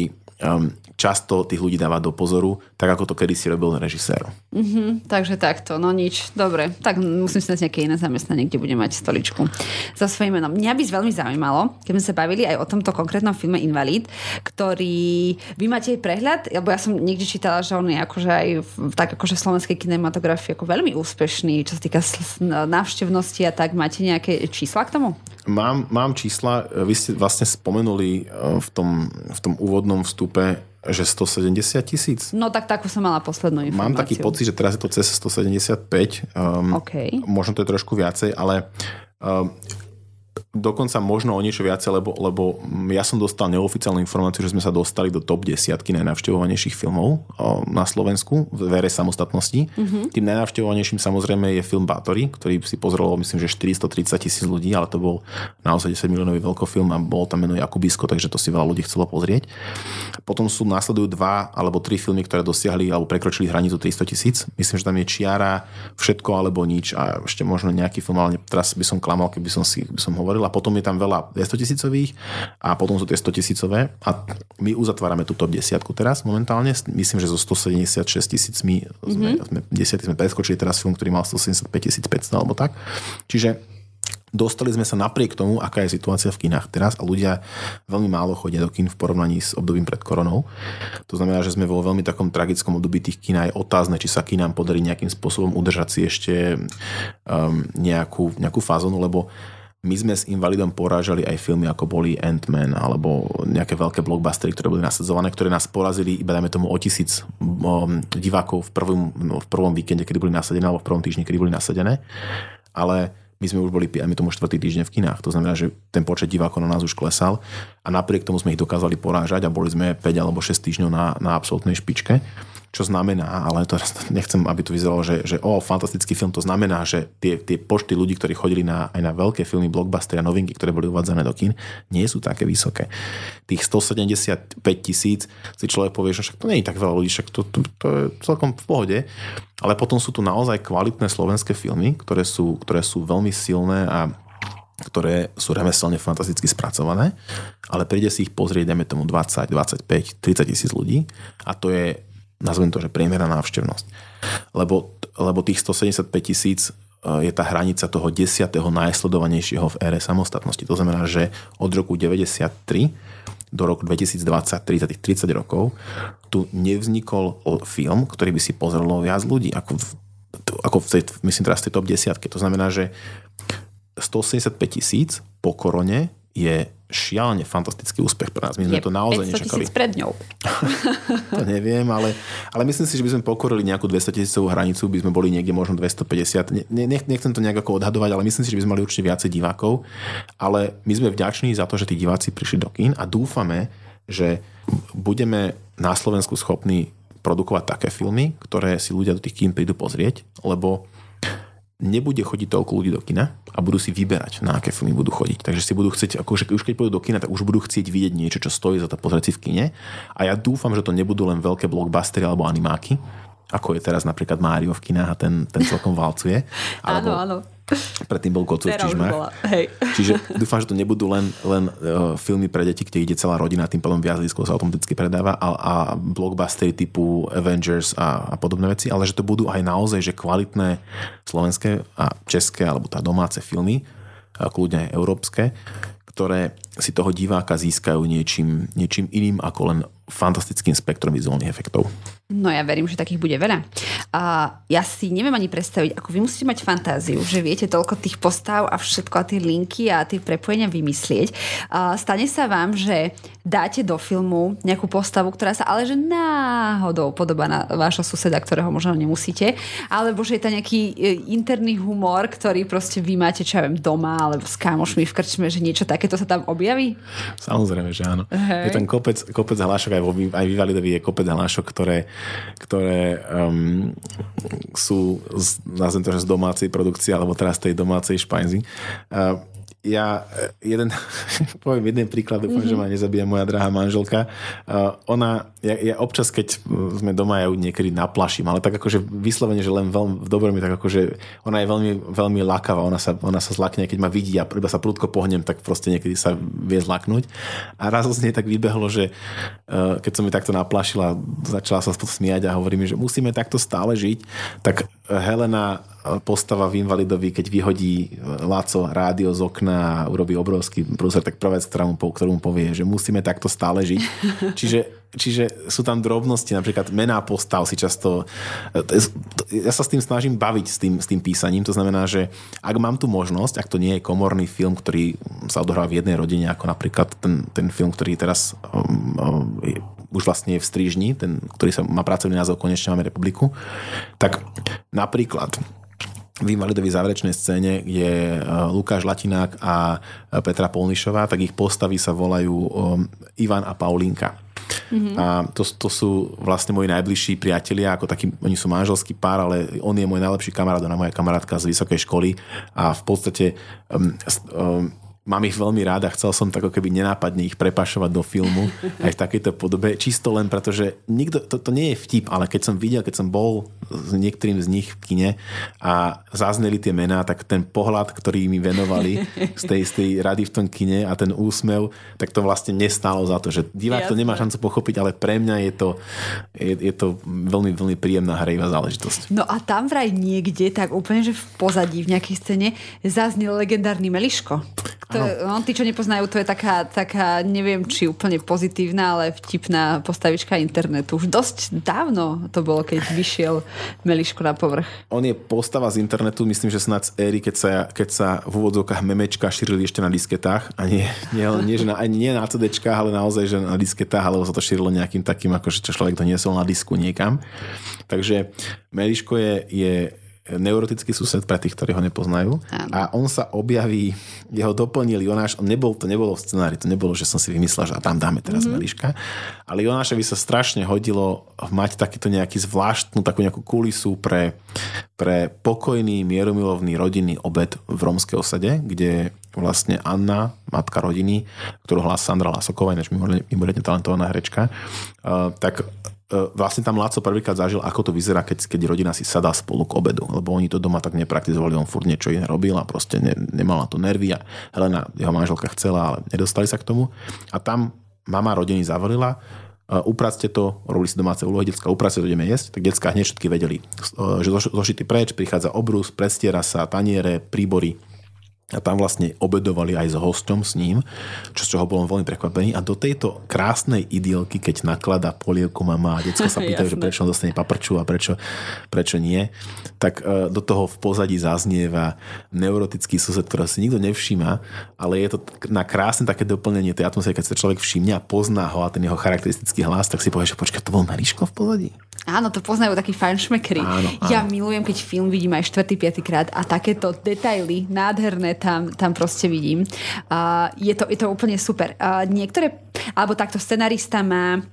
um, často tých ľudí dáva do pozoru, tak ako to kedysi robil režisér. Mm-hmm, takže takto, no nič. Dobre, tak musím si nájsť nejaké iné zamestnanie, kde budem mať stoličku za svojím menom. Mňa by veľmi zaujímalo, keď sme sa bavili aj o tomto konkrétnom filme Invalid, ktorý... Vy máte aj prehľad? Lebo ja som niekde čítala, že on je akože aj v, tak akože v slovenskej kinematografii ako veľmi úspešný, čo sa týka návštevnosti a tak. Máte nejaké čísla k tomu? Mám, mám čísla. Vy ste vlastne spomenuli v tom, v tom úvodnom vstupe, že stosedemdesiat tisíc? No tak takú som mala poslednú informáciu. Mám taký pocit, že teraz je to cez stosedemdesiatpäť. Um, okay. Možno to je trošku viacej, ale um, dokonca možno o niečo viacej, lebo, lebo ja som dostal neoficiálnu informáciu, že sme sa dostali do top desiatky najnavštevovanejších filmov na Slovensku v ére samostatnosti. Mm-hmm. Tým najnavštevovanejším samozrejme je film Bátori, ktorý si pozrelo myslím, že štyristotridsať tisíc ľudí, ale to bol naozaj desať miliónový veľkofilm a bol tam meno Jakubisko, takže to si veľa ľudí chcelo pozrieť. Potom sú následujú dva alebo tri filmy, ktoré dosiahli alebo prekročili hranicu tristo tisíc. Myslím, že tam je Čiara, Všetko alebo nič a ešte možno nejaký film, ale teraz by som klamal, keby som si by som hovoril. A potom je tam veľa dvestotisícových a potom sú tie stotisícové a my uzatvárame tú top desiatku teraz momentálne. Myslím, že zo stosedemdesiatšesť tisícmi sme, mm-hmm. sme desiatky sme preskočili teraz film, ktorý mal stosedemdesiatpäť tisíc päťsto alebo tak. Čiže dostali sme sa napriek tomu, aká je situácia v kinách teraz a ľudia veľmi málo chodia do kín v porovnaní s obdobím pred koronou. To znamená, že sme vo veľmi takom tragickom období tých kín a je otázne, či sa kínám podarí nejakým spôsobom udržať si ešte um, nejakú, nejakú fázonu, lebo my sme s Invalidom porážali aj filmy, ako boli Ant-Man alebo nejaké veľké blockbustery, ktoré boli nasadzované, ktoré nás porazili iba dajme tomu o tisíc divákov v prvom, v prvom víkende, kedy boli nasadené, alebo v prvom týždni, kedy boli nasadené. Ale my sme už boli, my tomu štvrtý týždeň v kinách. To znamená, že ten počet divákov na nás už klesal a napriek tomu sme ich dokázali porážať a boli sme päť alebo šesť týždňov na, na absolútnej špičke. Čo znamená, ale to nechcem, aby to vyzeralo, že, že o, fantastický film, to znamená, že tie, tie počty ľudí, ktorí chodili na, aj na veľké filmy, blockbustery a novinky, ktoré boli uvádzané do kín, nie sú také vysoké. Tých stosedemdesiatpäť tisíc si človek povie, že však to nie je tak veľa ľudí, však to, to, to je celkom v pohode, ale potom sú tu naozaj kvalitné slovenské filmy, ktoré sú, ktoré sú veľmi silné a ktoré sú remeselne fantasticky spracované, ale príde si ich pozrieť, dajme tomu dvadsať, dvadsaťpäť, tridsať tisíc ľudí a to je nazvem to, že priemerná návštevnosť. Lebo, lebo tých stosedemdesiatpäť tisíc je tá hranica toho desiatého najsledovanejšieho v ére samostatnosti. To znamená, že od roku deväťdesiattri do roku dvetisícdvadsaťtri, za tých tridsať rokov, tu nevznikol film, ktorý by si pozrelo viac ľudí, ako v, ako v tej, myslím teraz v tej top desiatke. To znamená, že stosedemdesiatpäť tisíc po korone je šialene fantastický úspech pre nás. My sme je to naozaj nečakali. päťsto tisíc pred ňou. To neviem, ale, ale myslím si, že by sme pokorili nejakú dvestotisícovú hranicu, by sme boli niekde možno dvestopäťdesiat. Ne, nechcem to nejak ako odhadovať, ale myslím si, že by sme mali určite viacej divákov. Ale my sme vďační za to, že tí diváci prišli do kín a dúfame, že budeme na Slovensku schopní produkovať také filmy, ktoré si ľudia do tých kín prídu pozrieť, lebo nebude chodiť toľko ľudí do kina a budú si vyberať, na aké filmy budú chodiť. Takže si budú chcieť, akože už keď pôjdu do kina, tak už budú chcieť vidieť niečo, čo stojí za to pozrieť si v kine. A ja dúfam, že to nebudú len veľké blockbustery alebo animáky, ako je teraz napríklad Mário v kinách a ten, ten celkom valcuje. Áno, áno. Predtým bol Kocúr v čižmách. Čiže dúfam, že to nebudú len, len uh, filmy pre deti, kde ide celá rodina, tým pádom viac lístkov sa automaticky predáva a, a blockbustery typu Avengers a, a podobné veci, ale že to budú aj naozaj že kvalitné slovenské a české alebo tá domáce filmy, kľudne aj európske, ktoré si toho diváka získajú niečím, niečím iným ako len fantastickým spektrom vizuálnych efektov. No ja verím, že takých bude veľa. A ja si neviem ani predstaviť, ako vy musíte mať fantáziu, že viete toľko tých postav a všetko a tie linky a tie prepojenia vymyslieť. A stane sa vám, že dáte do filmu nejakú postavu, ktorá sa ale že náhodou podobá na vášho suseda, ktorého možno nemusíte, alebo že je to nejaký interný humor, ktorý proste vy máte, čo ja viem, doma alebo s kámošmi v krčme, že niečo takéto sa tam objaví? Samozrejme, že áno. Hej. Je tam kopec, kopec hlášok, aj, vo, aj v Invalidovi je kopec hlášok, ktoré, ktoré um, sú z, nazvem to, že z domácej produkcie, alebo teraz tej domácej špajzy. Uh, ja jeden, poviem jeden príklad, dúfam, mm-hmm. že ma nezabije moja drahá manželka. Uh, ona, ja, ja občas, keď sme doma, ja ju niekedy naplaším, ale tak akože vyslovene, že len veľmi dobre mi tak akože, ona je veľmi, veľmi lákavá, ona sa, ona sa zlakne, keď ma vidí a iba sa prudko pohnem, tak proste niekedy sa vie zlaknúť. A raz z nej tak vybehlo, že uh, keď som mi takto naplašila, začala sa smiať a hovorí mi, že musíme takto stále žiť, tak Helena, postava v Invalidovi, keď vyhodí Laco rádio z okna a urobí obrovský prúser, tak prvá vec, ktorú mu, ktorú mu povie, že musíme takto stále žiť. Čiže, čiže sú tam drobnosti, napríklad mená postav si často... Ja sa s tým snažím baviť, s tým, s tým písaním. To znamená, že ak mám tu možnosť, ak to nie je komorný film, ktorý sa odohrá v jednej rodine, ako napríklad ten, ten film, ktorý teraz um, um, už vlastne je v Strížni, ten, ktorý sa má pracovný názov Konečne máme republiku, tak napríklad v Invalidovej záverečnej scéne je Lukáš Latinák a Petra Polnišová, tak ich postavy sa volajú Ivan a Paulínka. Mm-hmm. A to, to sú vlastne moji najbližší priatelia, ako taký, oni sú manželský pár, ale on je môj najlepší kamarát, ona moja kamarátka z vysokej školy a v podstate um, um, mám ich veľmi rád a chcel som tak ako keby nenápadne ich prepašovať do filmu aj v takejto podobe. Čisto len preto, že nikto, to, to nie je vtip, ale keď som videl, keď som bol s niektorým z nich v kine a zazneli tie mená, tak ten pohľad, ktorý mi venovali z tej, z tej rady v tom kine a ten úsmev, tak to vlastne nestálo za to, že divák to nemá šancu pochopiť, ale pre mňa je to, je, je to veľmi, veľmi príjemná hrejivá záležitosť. No a tam vraj niekde, tak úplne, že v pozadí, v nejakej scéne zaznel legendárny Meliško. To, no, tí, čo nepoznajú, to je taká, taká, neviem, či úplne pozitívna, ale vtipná postavička internetu. Už dosť dávno to bolo, keď vyšiel Meliško na povrch. On je postava z internetu, myslím, že snad z éry, keď sa, keď sa v úvodzovkách memečka šírili ešte na disketách. A nie, nie, nie, že na, ani nie na cé déčkách, ale naozaj, že na disketách, alebo sa to šírilo nejakým takým, ako že človek to niesol na disku niekam. Takže Meliško je, je neurotický sused pre tých, ktorí ho nepoznajú. Áno. A on sa objaví, jeho doplnil Jonáš, on nebol, to nebolo v scenári, to nebolo, že som si vymyslel, že a tam dáme teraz mm-hmm. Meliška, ale Jonášovi sa strašne hodilo mať takýto nejaký zvláštnu, takú nejakú kulisu pre, pre pokojný, mierumilovný rodinný obed v rómskej osade, kde vlastne Anna, matka rodiny, ktorú hlás Sandra Lasoková, ináč mimoriadne talentovaná herečka, uh, tak vlastne tam Láco prvýkrát zažil, ako to vyzerá, keď, keď rodina si sadá spolu k obedu, lebo oni to doma tak nepraktizovali, on furt niečo iné robil a proste ne, nemal na to nervy a Helena, jeho manželka chcela, ale nedostali sa k tomu. A tam mama rodiny zavolila, uh, upracte to, robili si domáce úlohy, decka, upracte to, ideme jesť, tak decka hneď všetky vedeli, uh, že zošity preč, prichádza obrus, predstiera sa, taniere, príbory. A tam vlastne obedovali aj s hosťom s ním, čo z čoho bol veľmi prekvapený. A do tejto krásnej idylky, keď nakladá polievku mama a decko sa pýtajú, že prečo on dostane paprču a prečo, prečo nie, tak do toho v pozadí zaznieva neurotický sused, ktorý si nikto nevšíma, ale je to na krásne také doplnenie tej atmosféry, keď sa človek všimne a pozná ho a ten jeho charakteristický hlas, tak si povie, že počkaj, to bol Meliško v pozadí? Áno, to poznajú takí fajnšmekri. Áno, áno. Ja milujem, keď film vidím aj štvrtý, piatý krát a takéto detaily nádherné tam, tam proste vidím. Uh, je, to, je to úplne super. Uh, niektoré, alebo takto scenarista má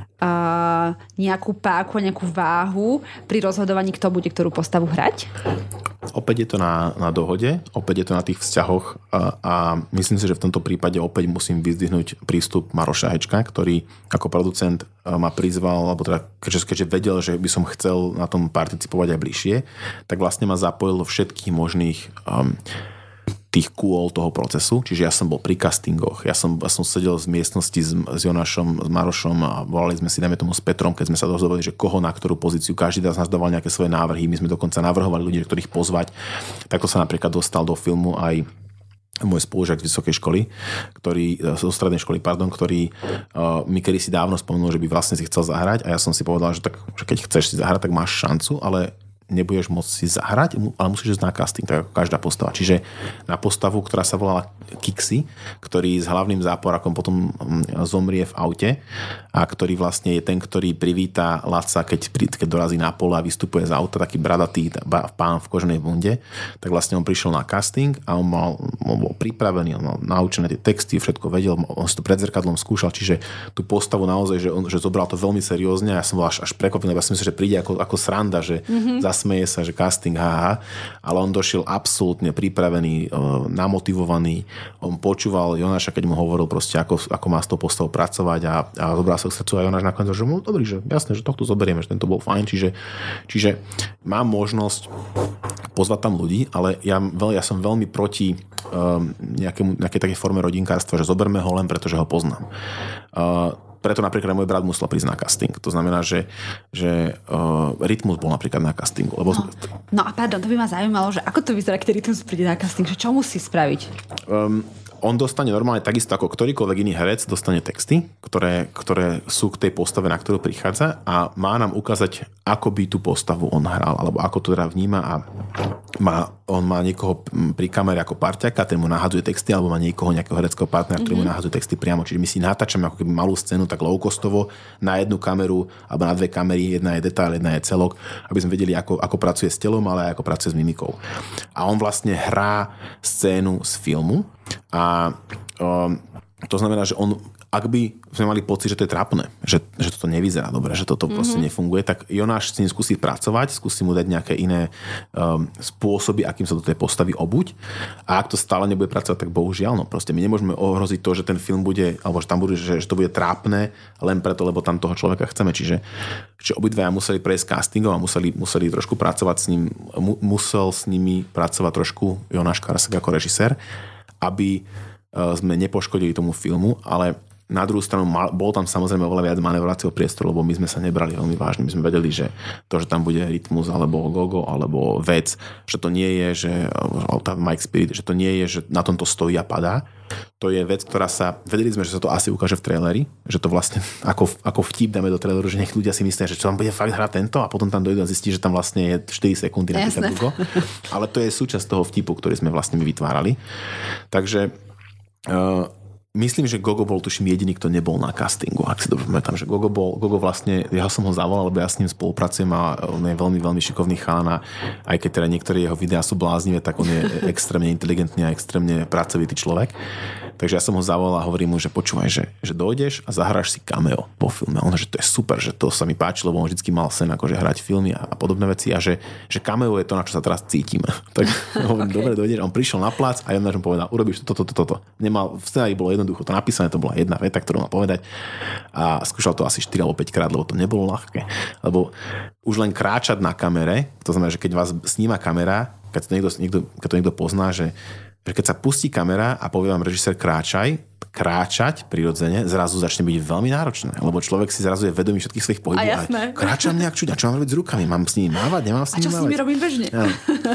uh, nejakú páku, nejakú váhu pri rozhodovaní, kto bude ktorú postavu hrať? Opäť je to na, na dohode, opäť je to na tých vzťahoch a, a myslím si, že v tomto prípade opäť musím vyzdvihnúť prístup Maroša Hečka, ktorý ako producent ma prizval, alebo teda keďže, keďže vedel, že by som chcel na tom participovať aj bližšie, tak vlastne ma zapojil do všetkých možných um, tých kôl toho procesu, čiže ja som bol pri castingoch, ja som, ja som sedel v miestnosti s, s Jonášom, s Marošom a volali sme si, dajme tomu s Petrom, keď sme sa dozvedeli, že koho na ktorú pozíciu, každý z nás dával nejaké svoje návrhy, my sme dokonca navrhovali ľudí, ktorých pozvať. Takto sa napríklad dostal do filmu aj môj spolužiak z vysokej školy, ktorý, zo strednej školy, pardon, ktorý uh, mi kedysi dávno spomenul, že by vlastne si chcel zahrať a ja som si povedal, že, tak, že keď chceš si zahrať, tak máš šancu, ale nebudeš môcť si zahrať, ale musíš ísť na casting, tak ako každá postava. Čiže na postavu, ktorá sa volala Kixi, ktorý s hlavným záporakom potom zomrie v aute a ktorý vlastne je ten, ktorý privíta Laca, keď, keď dorazí na pole a vystupuje z auta, taký bradatý pán v koženej bunde, tak vlastne on prišiel na casting a on, mal, on bol pripravený, on mal naučené tie texty, všetko vedel, on si to pred zrkadlom skúšal, čiže tú postavu naozaj, že, on, že zobral to veľmi seriózne a ja som bol až, až prekvapený, lebo ja som myslel, že príde ako, ako sranda, že mm-hmm. zasmeje sa, že casting, haha, ale on došiel absolútne pripravený, namotivovaný, on počúval Jonáša, keď mu hovoril proste, ako, ako má s tou postavou pracovať a, a zobral sa k srdcu a Jonáš nakoniec, že no, dobrý, že jasné, že tohto zoberieme, že tento bol fajn, čiže, čiže mám možnosť pozvať tam ľudí, ale ja, veľ, ja som veľmi proti um, nejakému, nejakej takej forme rodinkárstva, že zoberme ho len, pretože ho poznám. Uh, preto napríklad môj brat musel prísť na casting. To znamená, že, že uh, Rytmus bol napríklad na castingu. Lebo... No, no a pardon, to by ma zaujímalo, že ako to vyzerá, keď Rytmus príde na casting, že čo musí spraviť? Um, on dostane normálne takisto ako ktorýkoľvek iný herec, dostane texty, ktoré, ktoré sú k tej postave, na ktorú prichádza a má nám ukázať, ako by tú postavu on hral, alebo ako to teda vníma a má, on má niekoho pri kamere ako parťaka, ten mu nahadzuje texty, alebo má niekoho, nejakého hereckého partnera, ktorý mm-hmm. mu nahadzuje texty priamo. Čiže my si natáčame ako keby malú scénu tak low-costovo na jednu kameru alebo na dve kamery, jedna je detail, jedna je celok, aby sme vedeli, ako, ako pracuje s telom, ale aj ako pracuje s mimikou. A on vlastne hrá scénu z filmu a um, to znamená, že on, ak by sme mali pocit, že to je trápne, že, že toto nevyzerá dobre, že toto mm-hmm. proste nefunguje, tak Jonáš s ním skúsi pracovať, skúsi mu dať nejaké iné um, spôsoby, akým sa do tej postavy obuť. A ak to stále nebude pracovať, tak bohužiaľ, no proste my nemôžeme ohroziť to, že ten film bude, alebo že tam bude, že, že to bude trápne len preto, lebo tam toho človeka chceme. Čiže, čiže obidvaja museli prejsť castingom a museli, museli trošku pracovať s ním, mu, musel s nimi pracovať trošku Jonáš Karasek ako režisér, aby sme nepoškodili tomu filmu, ale na druhú stranu mal, bol tam samozrejme oveľa viac manevrovacieho priestoru, lebo my sme sa nebrali veľmi vážne. My sme vedeli, že to, že tam bude Rytmus, alebo Gogo, alebo Vec, že to nie je, že Mike Spirit, že to nie je, že na tomto stojí a padá. To je vec, ktorá sa... Vedeli sme, že sa to asi ukáže v traileri, že to vlastne ako, ako vtip dáme do traileru, že nech ľudia si myslia, že čo tam bude fakt hrať tento a potom tam dojdu a zistí, že tam vlastne je štyri sekundy napríklad Gogo. Ale to je súčasť toho vtipu, ktorý sme vlastne my vytvárali. Takže Uh, myslím, že Gogo bol tuším jediný, kto nebol na castingu, ak si dobre pamätám, že Gogo bol, Gogo vlastne, ja som ho zavolal, lebo ja s ním spolupracujem a on je veľmi, veľmi šikovný chalan a aj keď teda niektoré jeho videá sú bláznivé, tak on je extrémne inteligentný a extrémne pracovitý človek. Takže ja som ho zavolal a hovorím mu, že počúvaj, že, že dojdeš a zahráš si cameo po filme. On, že to je super, že to sa mi páčilo, lebo on vždycky mal sen akože hrať filmy a, a podobné veci a že, že cameo je to, na čo sa teraz cítime. Tak hovorím, dobre, dojdeš. On prišiel na plac a ja mu povedal, urobíš toto, toto, toto. Nemal, v scenári bolo jednoducho to napísané, to bola jedna veta, ktorú mal povedať a skúšal to asi štyri alebo päť krát, lebo to nebolo ľahké. Lebo už len kráčať na kamere, to znamená, že keď vás sníma kamera, keď to niekto, niekto, keď to niekto pozná, že že keď sa pustí kamera a povie vám režisér kráčaj, kráčať prirodzene zrazu začne byť veľmi náročné, lebo človek si zrazu je vedomý všetkých svojich pohybov. A jasné. Kráčam nejak čuť, a čo mám robiť s rukami? Mám s nimi mávať, nemám s nimi mávať? A čo s nimi robím bežne? Ja.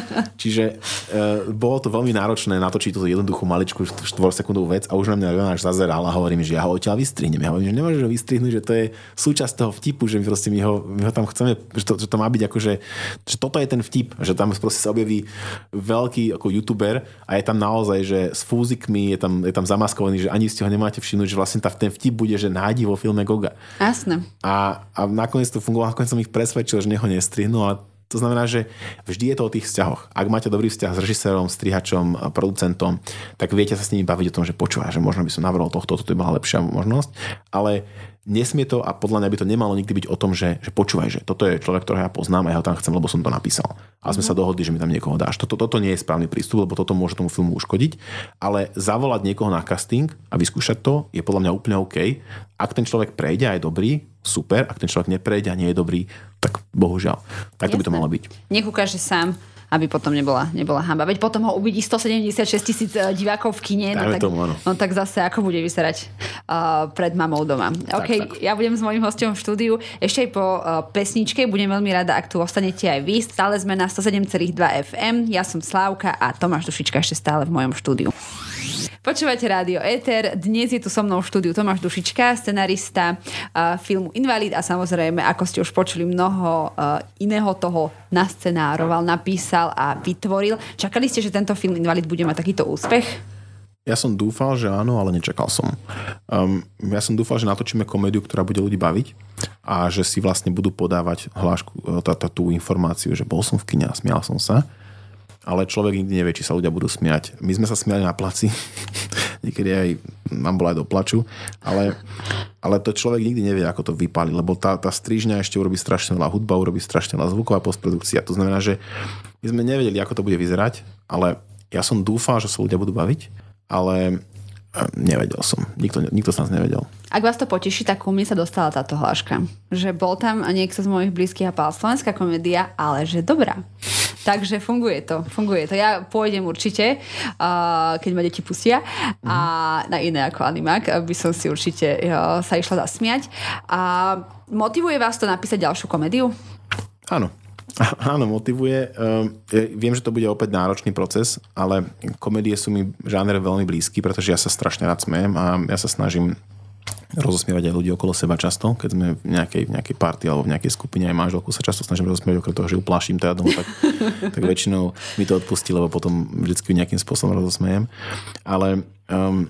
Čiže e, bolo to veľmi náročné natočiť túto jednoduchú maličku štvorsekundovú vec a už na mňa Jonáš zazeral a hovorí mi, že ja ho odtiaľ vystrihnem. Ja hovorím, že nemôžeš ho vystrihnúť, že to je súčasť toho vtipu, že my proste my ho, my ho tam chceme, že to, že to má byť ako, že, že toto je ten vtip, že tam proste sa objaví veľký ako youtuber a je tam naozaj, že s fúzikmi je tam, je tam zamaskovaný, že ani ste ho nemáte všimnúť, že vlastne tá, ten vtip bude, že nájdi vo filme Goga. Jasné. A, a nakoniec to fungovalo, nakoniec som ich presvedčil, že neho nestrihnú, ale to znamená, že vždy je to o tých vzťahoch. Ak máte dobrý vzťah s režisérom, strihačom, producentom, tak viete sa s nimi baviť o tom, že počúva, že možno by som navrhol tohto, toto by bola lepšia možnosť, ale nesmie to a podľa mňa by to nemalo nikdy byť o tom, že, že počúvaj, že toto je človek, ktorého ja poznám a ja ho tam chcem, lebo som to napísal. A sme mm. sa dohodli, že mi tam niekoho dáš. Toto, toto nie je správny prístup, lebo toto môže tomu filmu uškodiť, ale zavolať niekoho na casting a vyskúšať to je podľa mňa úplne OK. Ak ten človek prejde a je dobrý, super. Ak ten človek neprejde a nie je dobrý, tak bohužiaľ. Tak to by to malo byť. Nech ukáže sám, aby potom nebola, nebola hanba. Veď potom ho uvidí stosedemdesiatšesť tisíc divákov v kine, no tak, tomu, no tak zase ako bude vyzerať uh, pred mamou doma. Tak, OK, tak. Ja budem s mojím hosťom v štúdiu. Ešte aj po uh, pesničke. Budem veľmi rada, ak tu ostanete aj vy. Stále sme na sto sedem celá dva ef em. Ja som Slávka a Tomáš Dušička ešte stále v mojom štúdiu. Počúvate Rádio Éter. Dnes je tu so mnou v štúdiu Tomáš Dušička, scenarista uh, filmu Invalid a samozrejme, ako ste už počuli, mnoho uh, iného toho nascenároval, napísal a vytvoril. Čakali ste, že tento film Invalid bude mať takýto úspech? Ja som dúfal, že áno, ale nečakal som. Um, ja som dúfal, že natočíme komédiu, ktorá bude ľudí baviť a že si vlastne budú podávať hlášku, tá, tá, tú informáciu, že bol som v kine a smial som sa. Ale človek nikdy nevie, či sa ľudia budú smiať. My sme sa smiali na placi, niekedy aj nám bolo aj do plaču, ale, ale to človek nikdy nevie, ako to vypáli, lebo tá, tá strižňa ešte urobí strašne veľa hudba, urobí strašne veľa zvuková postprodukcia. To znamená, že my sme nevedeli, ako to bude vyzerať, ale ja som dúfal, že sa ľudia budú baviť, ale nevedel som. Nikto, nikto z nás nevedel. Ak vás to poteší, tak ku mne sa dostala táto hláška. Že bol tam niekto z mojich blízkych a povedal, slovenská komédia, ale že dobrá. Takže funguje to. Funguje to. Ja pôjdem určite, uh, keď ma deti pustia. Mm-hmm. A na iné ako animák by som si určite uh, sa išla zasmiať. A motivuje vás to napísať ďalšiu komédiu? Áno. Áno, motivuje. Viem, že to bude opäť náročný proces, ale komédie sú mi žáner veľmi blízky, pretože ja sa strašne rád smejem a ja sa snažím rozosmievať aj ľudí okolo seba často, keď sme v nejakej, v nejakej party alebo v nejakej skupine, aj manželku sa často snažím rozosmievať, okrem toho, že ju plášim teda doma, tak, tak väčšinou mi to odpustí, lebo potom vždycky nejakým spôsobom rozosmiejem. Ale um,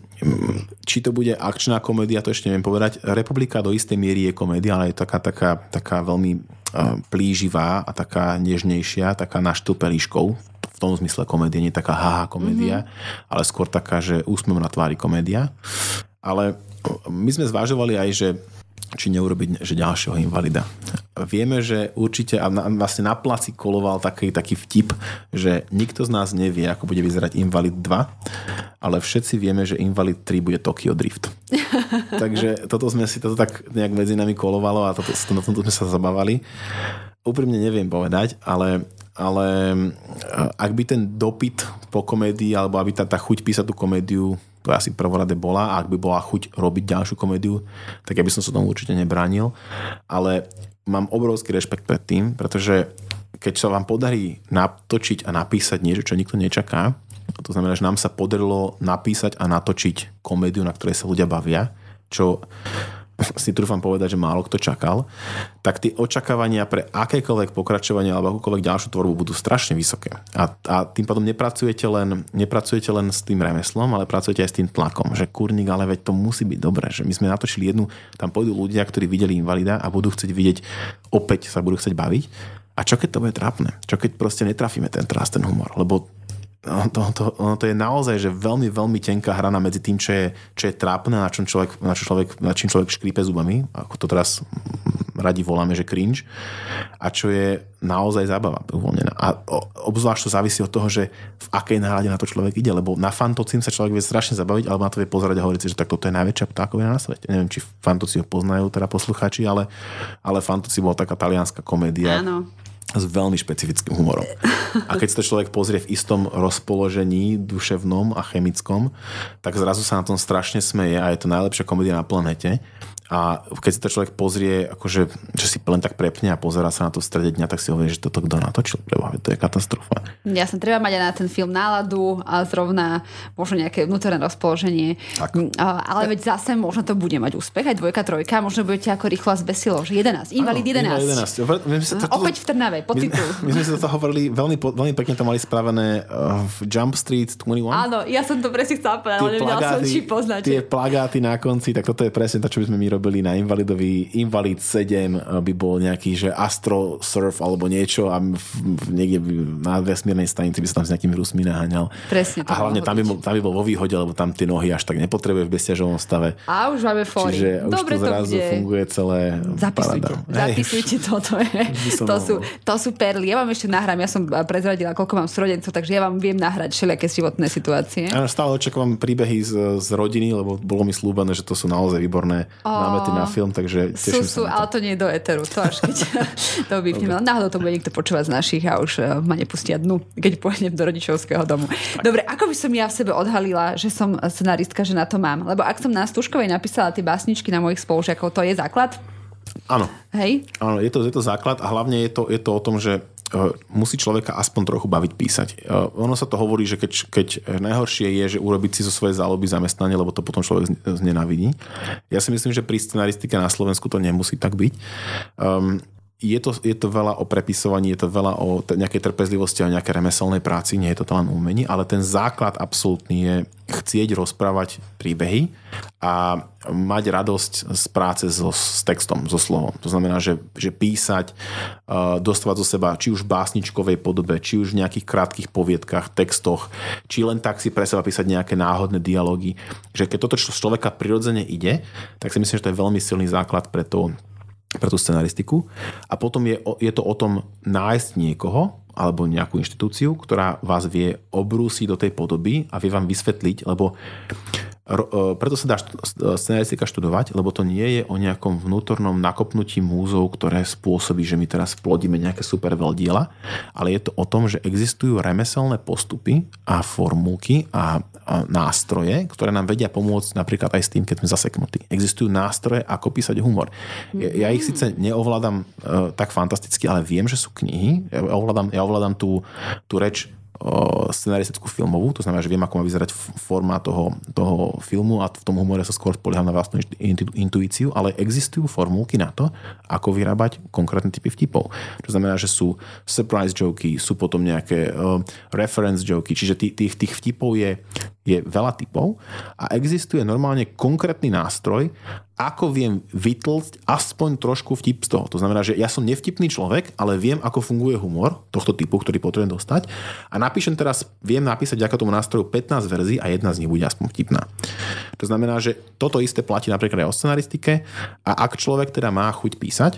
či to bude akčná komédia, to ešte neviem povedať. Republika do istej miery je komédia, ale je taká, taká, taká veľmi uh, plíživá a taká nežnejšia, taká na štýl Pelíškov. V tom zmysle komédia, nie taká haha komédia, mm-hmm. ale skôr taká, že úsmev na tvári komédia. Ale my sme zvážovali aj, že či neurobiť že ďalšieho invalida. Vieme, že určite, a na, vlastne na placi koloval taký, taký vtip, že nikto z nás nevie, ako bude vyzerať Invalid dva, ale všetci vieme, že Invalid tri bude Tokyo Drift. Takže toto sme si toto tak nejak medzi nami kolovalo a toto, na tomto sme sa zabávali. Úprimne neviem povedať, ale ale ak by ten dopyt po komédii, alebo aby tá, tá chuť písať tú komédiu, to asi prvorade bola, a ak by bola chuť robiť ďalšiu komédiu, tak ja by som sa tomu určite nebránil. Ale mám obrovský rešpekt pred tým, pretože keď sa vám podarí natočiť a napísať niečo, čo nikto nečaká, to znamená, že nám sa podarilo napísať a natočiť komédiu, na ktorej sa ľudia bavia, čo si trúfam povedať, že málo kto čakal, tak tie očakávania pre akékoľvek pokračovanie alebo akúkoľvek ďalšiu tvorbu budú strašne vysoké. A, a tým pádom nepracujete len, nepracujete len s tým remeslom, ale pracujete aj s tým tlakom, že kurník, ale veď to musí byť dobré, že my sme natočili jednu, tam pôjdu ľudia, ktorí videli Invalida a budú chcieť vidieť, opäť sa budú chcieť baviť. A čo keď to bude trápne? Čo keď proste netrafíme ten tras, ten humor? Lebo To, to, ono to je naozaj, že veľmi, veľmi tenká hrana medzi tým, čo je, čo je trápne, na čom človek, na, čo človek, na čím človek škrípe zubami, ako to teraz radi voláme, že cringe, a čo je naozaj zábava uvoľnená. A obzvlášť to závisí od toho, že v akej nálade na to človek ide, lebo na fantocím sa človek vie strašne zabaviť, alebo na to vie pozerať a hovoriť si, že tak toto je najväčšia ptákovina na svete. Neviem, či fantoci ho poznajú, teda poslucháči, ale, ale fantoci bola taká talianska komédia. Áno. S veľmi špecifickým humorom. A keď sa to človek pozrie v istom rozpoložení duševnom a chemickom, tak zrazu sa na tom strašne smeje a je to najlepšia komédia na planete. A keď si to človek pozrie, akože, že si len tak prepne a pozerá sa na to v strede dňa, tak si hovorí, že toto kto natočil. To je katastrofa. Ja som treba mať aj na ten film náladu a zrovna možno nejaké vnútorné rozpoloženie. Tak. Ale veď zase možno to bude mať úspech, aj dvojka, trojka, možno budete ako rýchlo a zbesilo, že jedenásť, Invalid jedenásť. jedenásť. To, opäť v Trnave, pod titul. My, my sme si toto hovorili, veľmi, veľmi pekne to mali spravené v Jump Street dvadsaťjeden. Áno, ja som to presne chcela povedať, ale nevedela som, či poznáte. Tie plagáty na konci, tak toto je presne to, čo by sme my robili na Invalidovi. Invalid sedem by bol nejaký, že Astro Surf alebo niečo a v, v, niekde na vesmírnej stanici by sa tam s nejakými Rusmi naháňal. Presne to. A hlavne tam by, bol, tam by bol vo výhode, lebo tam tie nohy až tak nepotrebuje v bezťažovom stave. A už máme fóry. Čiže dobre, už to zrazu to funguje celé. Zapisujte. Parada. Zapisujte toto. To sú, to sú perly. Ja vám ešte nahrám. Ja som prezradila, koľko mám súrodencov, takže ja vám viem nahrať všelijaké životné situácie. Ja stále očakávam príbehy z, z rodiny, lebo bolo mi slúbené, že to sú naozaj výborné námety na film, takže teším sú, sú, sa na to. Ale to nie je do éteru. To až keď to vypneme. Okay. Náhodou to bude niekto počúvať z našich a už uh, ma nepustia dnu, keď pôjdem do rodičovského domu. Tak. Dobre, ako by som ja v sebe odhalila, že som scenaristka, že na to mám? Lebo ak som na Stužkovej napísala tie básničky na mojich spolužiakov, to je základ? Áno. Hej? Áno, je to, je to základ a hlavne je to, je to o tom, že musí človeka aspoň trochu baviť písať. Ono sa to hovorí, že keď, keď najhoršie je, že urobiť si zo svojej záľuby zamestnanie, lebo to potom človek znenávidí. Ja si myslím, že pri scenaristike na Slovensku to nemusí tak byť. Um, je to, je to veľa o prepisovaní, je to veľa o t- nejakej trpezlivosti a nejakej remeselnej práci, nie je to len umení, ale ten základ absolútny je chcieť rozprávať príbehy a mať radosť z práce so, s textom, so slovom. To znamená, že, že písať, uh, dostávať zo seba, či už v básničkovej podobe, či už v nejakých krátkych poviedkach, textoch, či len tak si pre seba písať nejaké náhodné dialógy. Že keď toto z človeka prirodzene ide, tak si myslím, že to je veľmi silný základ pre to, pre tú scenaristiku. A potom je, je to o tom nájsť niekoho alebo nejakú inštitúciu, ktorá vás vie obrúsiť do tej podoby a vie vám vysvetliť, lebo preto sa dá scenaristika študovať, lebo to nie je o nejakom vnútornom nakopnutí múzov, ktoré spôsobí, že my teraz plodíme nejaké super veľdiela, ale je to o tom, že existujú remeselné postupy a formulky a, a nástroje, ktoré nám vedia pomôcť napríklad aj s tým, keď sme zaseknutí. Existujú nástroje, ako písať humor. Ja, ja ich síce neovládam uh, tak fantasticky, ale viem, že sú knihy. Ja ovládam, ja ovládam tú, tú reč scenaristickú filmovú, to znamená, že viem, ako má vyzerať forma toho, toho filmu a v tom humore sa skôr spolieham na vlastnú intuíciu, ale existujú formulky na to, ako vyrábať konkrétne typy vtipov. To znamená, že sú surprise joky, sú potom nejaké uh, reference joky, čiže tých, tých, tých vtipov je, je veľa typov a existuje normálne konkrétny nástroj, ako viem vytlcť aspoň trošku vtip z toho. To znamená, že ja som nevtipný človek, ale viem, ako funguje humor tohto typu, ktorý potrebujem dostať a napíšem teraz, viem napísať vďaka tomu nástroju pätnásť verzií a jedna z nich bude aspoň vtipná. To znamená, že toto isté platí napríklad aj o scenaristike a ak človek teda má chuť písať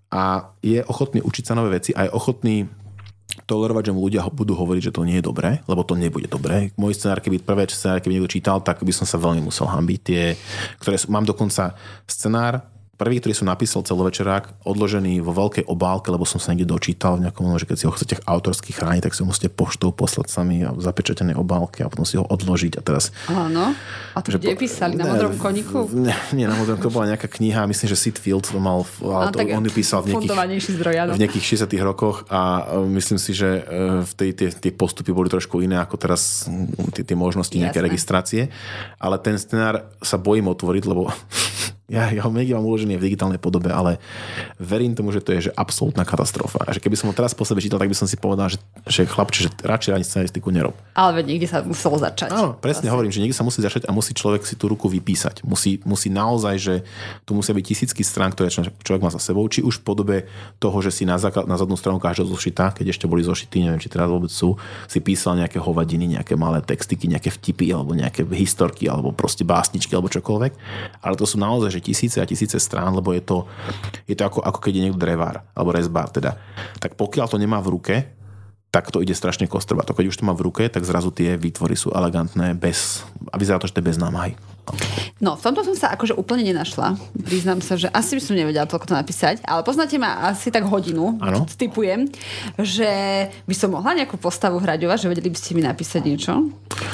a je ochotný učiť sa nové veci a je ochotný tolerovať, že mu ľudia budú hovoriť, že to nie je dobré, lebo to nebude dobré. Môj scenár, keby prvé scenár, keby niekto čítal, tak by som sa veľmi musel hanbiť. Tie, ktoré sú, mám dokonca scenár, prvý, ktorý som napísal celovečerák, odložený vo veľkej obálke, lebo som sa niekde dočítal v nejakom, že keď si ho chcete autorsky chrániť, tak si ho musíte poštou poslať sami a v zapečatenej obálke a potom si ho odložiť. A teraz... Áno. A to kde po... písali? Na modrom koníku? Nie, nie na modrom, to bola nejaká kniha, myslím, že Sid Field to mal, a, to, on ju písal v nejakých, zdroj, v nejakých šesťdesiatych rokoch a myslím si, že v tej, tie, tie postupy boli trošku iné ako teraz tie, tie možnosti nejaké registrácie. Ale ten scenár sa bojím otvoriť, lebo ja, ja ho niekde mám uložený v digitálnej podobe, ale verím tomu, že to je že absolútna katastrofa. A že keby som ho teraz po sebe čítal, tak by som si povedal, že, že chlapče, že radšej ani scenaristiku nerob. Ale veď niekde sa muselo začať. Áno, presne Asi. hovorím, že niekde sa musí začať a musí človek si tú ruku vypísať. Musí, musí naozaj, že tu musia byť tisícky strán, ktoré človek má za sebou, či už v podobe toho, že si na, základ, na zadnú stranu každého zošita, keď ešte boli zošity, neviem, či teraz vôbec sú, si písal nejaké hovadiny, nejaké malé textiky, nejaké vtipy, alebo nejaké historky, alebo proste básničky, alebo čokoľvek. Ale to sú naozaj že tisíce a tisíce strán, lebo je to, je to ako, ako keď je niekto drevár, alebo rezbár teda. Tak pokiaľ to nemá v ruke, tak to ide strašne kostrbato. Keď už to má v ruke, tak zrazu tie výtvory sú elegantné, bez, a vyzerá to, že to je bez námahy. No, v tomto som sa akože úplne nenašla. Priznám sa, že asi by som nevedela toľko to napísať, ale poznáte ma asi tak hodinu, typujem, že by som mohla nejakú postavu hraďovať, že vedeli by ste mi napísať niečo?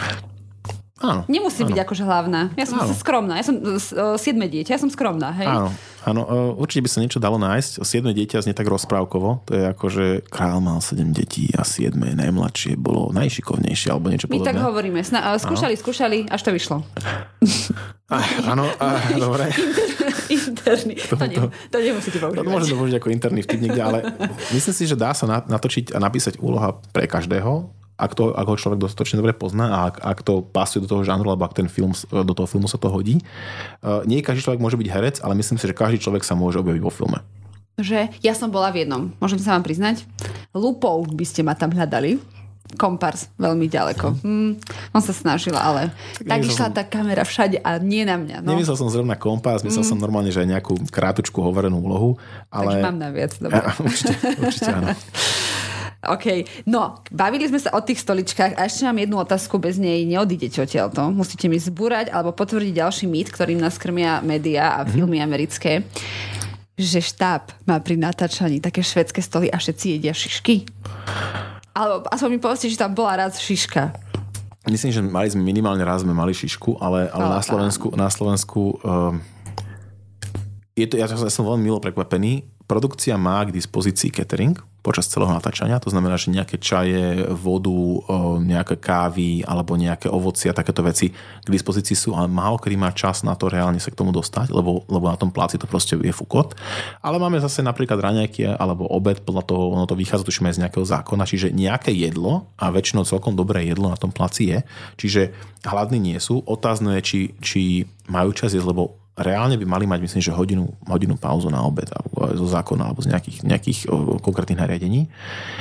Áno, Nemusí áno. byť akože hlavná. Ja som áno. skromná. Ja som uh, siedme dieťa, ja som skromná, hej? Áno, áno. Uh, určite by sa niečo dalo nájsť. Siedme dieťa znie tak rozprávkovo. To je ako, že král mal sedem detí a siedme najmladšie bolo najšikovnejšie alebo niečo My podobné. My tak hovoríme. Sna- uh, skúšali, áno. skúšali, až to vyšlo. Ah, áno, ah, dobre. Interný. To, ne, to nemusíte používať. To môžem to použiť ako interný vtip niekde, ale myslím si, že dá sa natočiť a napísať úloha pre každého. Ak, to, ak ho človek dostatočne dobre pozná a ak, ak to pasuje do toho žánru, alebo ak ten film, do toho filmu sa to hodí. Uh, nie každý človek môže byť herec, ale myslím si, že každý človek sa môže objaviť vo filme. Že ja som bola v jednom, môžem sa vám priznať. Lupou by ste ma tam hľadali. Kompars, veľmi ďaleko. Hmm, on sa snažila, ale tak, tak išla som... tá kamera všade a nie na mňa. No. Nemyslel som zrovna kompás, myslel mm. som normálne, že aj nejakú krátučku hovorenú úlohu. Ale... Takže mám na viac, dobre. Ja, určite, určite áno. OK, no, bavili sme sa o tých stoličkách a ešte mám jednu otázku, bez nej neodídete odtiaľto. Musíte mi zbúrať alebo potvrdiť ďalší mýt, ktorým nás krmia médiá a filmy mm. americké, že štáb má pri natáčaní také švédske stoly a všetci jedia šišky. Alebo aspoň mi povedzte, že tam bola raz šiška. Myslím, že mali sme minimálne raz sme mali šišku, ale, ale oh, na Slovensku, na Slovensku um, je to, ja som veľmi milo prekvapený. produkcia má k dispozícii catering počas celého natáčania, to znamená, že nejaké čaje, vodu, nejaké kávy alebo nejaké ovocia, takéto veci k dispozícii sú, ale málo kedy má čas na to reálne sa k tomu dostať, lebo, lebo na tom pláci to proste je fukot. Ale máme zase napríklad raňajky alebo obed, podľa toho, ono to vychádza tušíme z nejakého zákona, čiže nejaké jedlo a väčšinou celkom dobré jedlo na tom pláci je, čiže hladní nie sú. Otázne je, či, či majú čas jesť, lebo reálne by mali mať, myslím, že hodinu, hodinu pauzu na obed zo zákona alebo z nejakých, nejakých konkrétnych nariadení.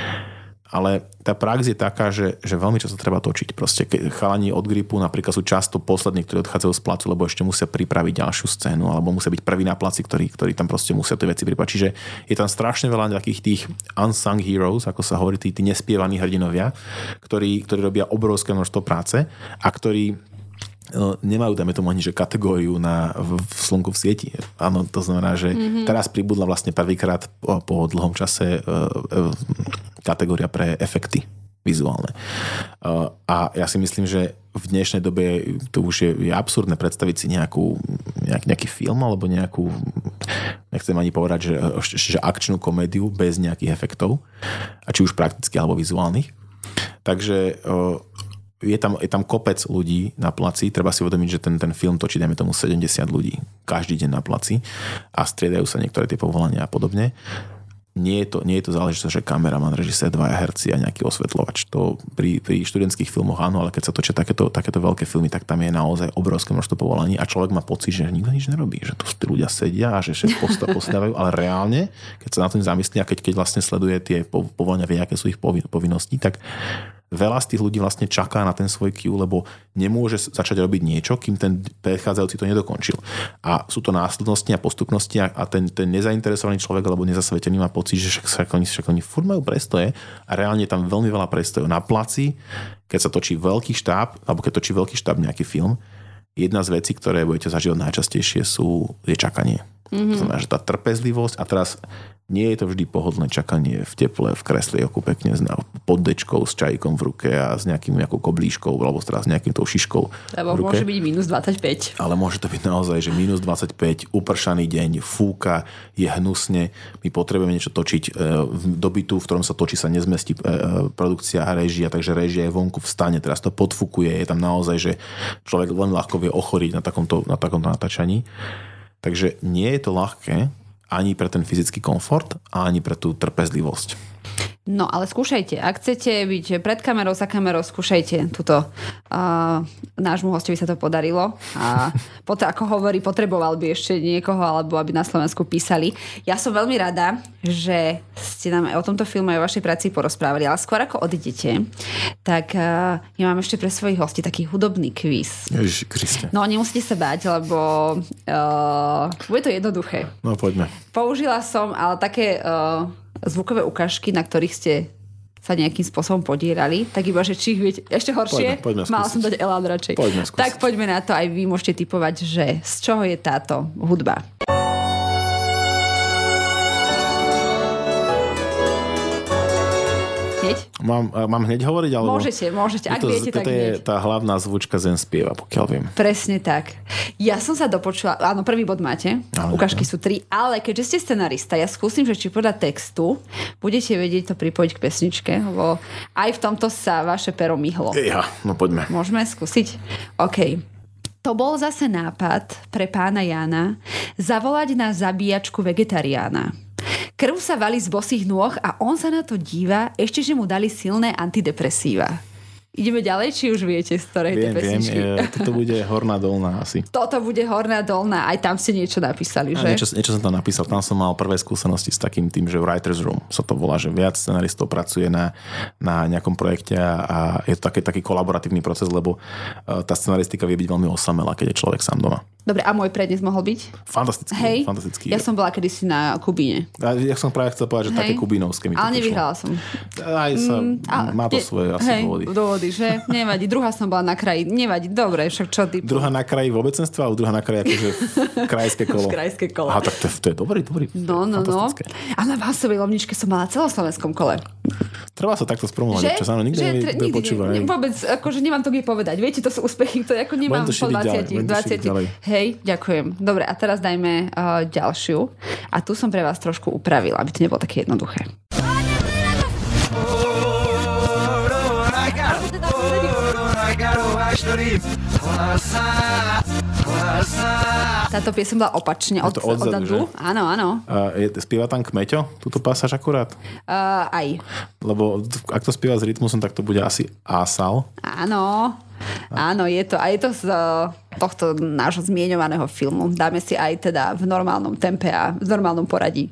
Ale tá prax je taká, že, že veľmi často treba točiť. Proste chalani od gripu napríklad sú často poslední, ktorí odchádzajú z placu, lebo ešte musia pripraviť ďalšiu scénu alebo musia byť prví na placi, ktorí, ktorí tam proste musia tie veci pripraviť. Čiže je tam strašne veľa takých tých unsung heroes, ako sa hovorí, tí, tí nespievaní hrdinovia, ktorí, ktorí robia obrovské množstvo práce a ktorí nemajú, dáme tomu ani, že kategóriu na, v, v slnku v sieti. Áno, to znamená, že mm-hmm. teraz pribudla vlastne prvýkrát po, po dlhom čase uh, uh, kategória pre efekty vizuálne. Uh, a ja si myslím, že v dnešnej dobe to už je, je absurdné predstaviť si nejakú, nejak, nejaký film alebo nejakú, nechcem ani povedať, že, že akčnú komédiu bez nejakých efektov, a či už praktických alebo vizuálnych. Takže uh, Je tam, je tam kopec ľudí na placi. Treba si uvedomiť, že ten, ten film točí, dajme tomu sedemdesiat ľudí každý deň na placi a striedajú sa niektoré tie povolania a podobne. Nie je to, nie je to záležitosť, že kameraman, režisér, dvaja herci a nejaký osvetľovač. To pri, pri študentských filmoch áno, ale keď sa točia takéto, takéto veľké filmy, tak tam je naozaj obrovské množstvo povolaní a človek má pocit, že nikto nič nerobí, že tu tí ľudia sedia a že šéf postávajú, ale reálne, keď sa na to zamyslí a keď, keď vlastne sleduje tie povolania, vie, aké sú ich povinnosti, tak veľa z tých ľudí vlastne čaká na ten svoj cue, lebo nemôže začať robiť niečo, kým ten predchádzajúci to nedokončil. A sú to následnosti a postupnosti a, a ten, ten nezainteresovaný človek alebo nezasvetený má pocit, že však oni, však oni furt majú prestoje a reálne je tam veľmi veľa prestojov. Na placi, keď sa točí veľký štáb, alebo keď točí veľký štáb nejaký film, jedna z vecí, ktoré budete zažívať najčastejšie sú, je čakanie. Mm-hmm. To znamená, že tá trpezlivosť a teraz nie je to vždy pohodlné čakanie v teple, v kreslieku pekne pod dečkou s čajkom v ruke a s nejakým nejakou koblíškou alebo teraz s nejakým tou šiškou Lebo v ruke. Môže byť mínus dvadsaťpäť. Ale môže to byť naozaj, že mínus dvadsaťpäť, upršaný deň, fúka, je hnusne, my potrebujeme niečo točiť do bytu, v ktorom sa točí, sa nezmestí produkcia a réžia, takže réžia je vonku v stane, teraz to podfúkuje, je tam naozaj, že človek len ľahko vie ochoriť na takomto, na takomto natáčaní. Takže nie je to ľahké ani pre ten fyzický komfort, ani pre tú trpezlivosť. No, ale skúšajte. Ak chcete byť pred kamerou, za kamerou, skúšajte túto. Uh, nášmu hostovi sa to podarilo. A pot- ako hovorí, potreboval by ešte niekoho, alebo aby na Slovensku písali. Ja som veľmi rada, že ste nám aj o tomto filme a o vašej práci porozprávali. Ale skôr ako odidete, tak uh, ja mám ešte pre svojich hostí taký hudobný kvíz. Ježiši Kriste. No, nemusíte sa báť, lebo uh, bude to jednoduché. No, poďme. Použila som, ale také... Uh, zvukové ukážky, na ktorých ste sa nejakým spôsobom podierali, tak iba, že či ich viete ešte horšie, poďme, poďme mala som dať Elán radšej. Poďme skúsiť. Tak poďme na to, aj vy môžete tipovať, že z čoho je táto hudba. Hneď? Mám, mám hneď hovoriť? Alebo... Môžete, môžete. Ak to, viete, tak toto je hneď. tá hlavná zvučka Zen spieva, pokiaľ viem. Presne tak. Ja som sa dopočula, áno, prvý bod máte, ale ukážky sú tri, ale keďže ste scenarista, ja skúsim, že či podľa textu budete vedieť to pripojiť k pesničke, lebo aj v tomto sa vaše pero myhlo. Ja, no poďme. Môžeme skúsiť? OK. To bol zase nápad pre pána Jána zavolať na zabíjačku vegetariána. Krv sa valí z bosých nôh a on sa na to díva, ešte, že mu dali silné antidepresíva. Ideme ďalej, či už viete, z ktorej viem, tej pesničky? Viem, toto bude horná dolná asi. Toto bude horná dolná, aj tam ste niečo napísali, že? Niečo, niečo som tam napísal, tam som mal prvé skúsenosti s takým tým, že Writer's Room sa to volá, že viac scenaristov pracuje na, na nejakom projekte a je to taký, taký kolaboratívny proces, lebo tá scenaristika vie byť veľmi osamelá, keď je človek sám doma. Dobre, a môj prednes mohol byť? Fantastický. Hej, fantastický. Ja som bola kedysi na Kubíne. Ja, ja som práve chcel povedať, že hej, také kubínovské mi to ale prišlo. nevyhrala som. Aj sa, mm, ale, má to svoje asi hej, dôvody. dôvody, že? Nevadí. Druhá som bola na kraji. Nevadí. Dobre, však čo ty... Druhá na kraji vôbecenstva, alebo druhá na kraji akože krajské kolo. Krajské kolo. Aha, tak to, to je dobrý, dobrý. No, no, no. A na Vásovej Lomničke som mala celoslovenskom kole. To Treba sa takto spromovať, čo sa áno, nikto nevie, kto počúva. Ne, vôbec, akože nemám to kde povedať. Viete, to sú úspechy, ktoré ako nemám po dvadsiatich. dvadsiatich. Hej, ďakujem. Dobre, a teraz dajme uh, ďalšiu. A tu som pre vás trošku upravila, aby to nebolo také jednoduché. Táto piesň bola opačne od, odzadu. Áno, áno. Uh, je, spieva tam Kmeťo? Túto pasáž akurát? Uh, aj. Lebo ak to spieva s rytmusom, tak to bude asi Asal. Áno. Áno, je to, a je to z tohto nášho zmieňovaného filmu. Dáme si aj teda v normálnom tempe a v normálnom poradí.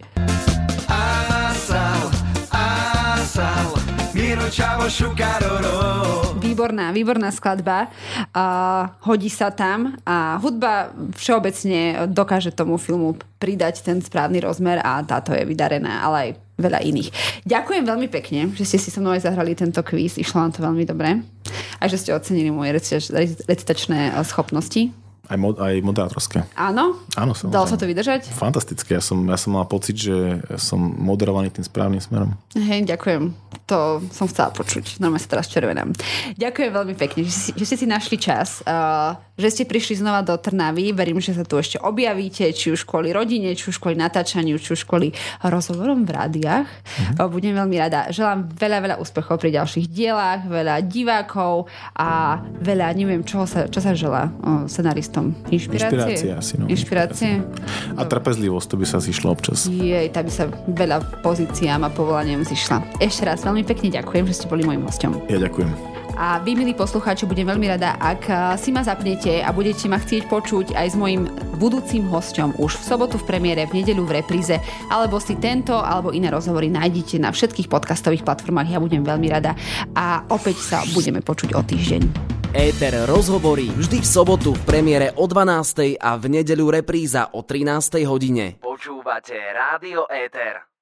Asal, Asal, Miro Čavo Šukaroro. Výborná, výborná skladba. Uh, hodí sa tam a hudba všeobecne dokáže tomu filmu pridať ten správny rozmer a táto je vydarená, ale aj veľa iných. Ďakujem veľmi pekne, že ste si so mnou aj zahrali tento kvíz. Išlo vám to veľmi dobre. A že ste ocenili moje recitačné schopnosti. Aj, mod, aj moderátorské. Áno? Áno, samozrejme. Dalo sa to vydržať? Fantastické. Ja som, ja som mal pocit, že som moderovaný tým správnym smerom. Hej, ďakujem. To som chcela počuť. Normálne sa teraz červenám. Ďakujem veľmi pekne, že, si, že ste si našli čas, uh, že ste prišli znova do Trnavy. Verím, že sa tu ešte objavíte, či už kvôli rodine, či už kvôli natáčaniu, či už kvôli rozhovorom v rádiách. Mm-hmm. Uh, budem veľmi rada. Želám veľa, veľa úspechov pri ďalších dielách, veľa divákov a veľa, neviem, čoho sa, čo sa želá uh, scenaristom. Inšpirácie? Inšpirácie asi, no. Inšpirácie? A trpezlivosť, to by sa zišlo občas. Jej, tá by sa veľa pozíciám a povolaniam zišla. Ešte raz veľmi pekne ďakujem, že ste boli môjim hosťom. Ja ďakujem. A vy, milí poslucháči, budem veľmi rada, ak si ma zapnete a budete ma chcieť počuť aj s mojim budúcim hosťom už v sobotu v premiére, v nedeľu v repríze, alebo si tento alebo iné rozhovory nájdete na všetkých podcastových platformách. Ja budem veľmi rada a opäť sa budeme počuť o týždeň. Éter rozhovorí vždy v sobotu v premiére o dvanástej a v nedeľu repríza o trinástej hodine. Počúvate Rádio Éter.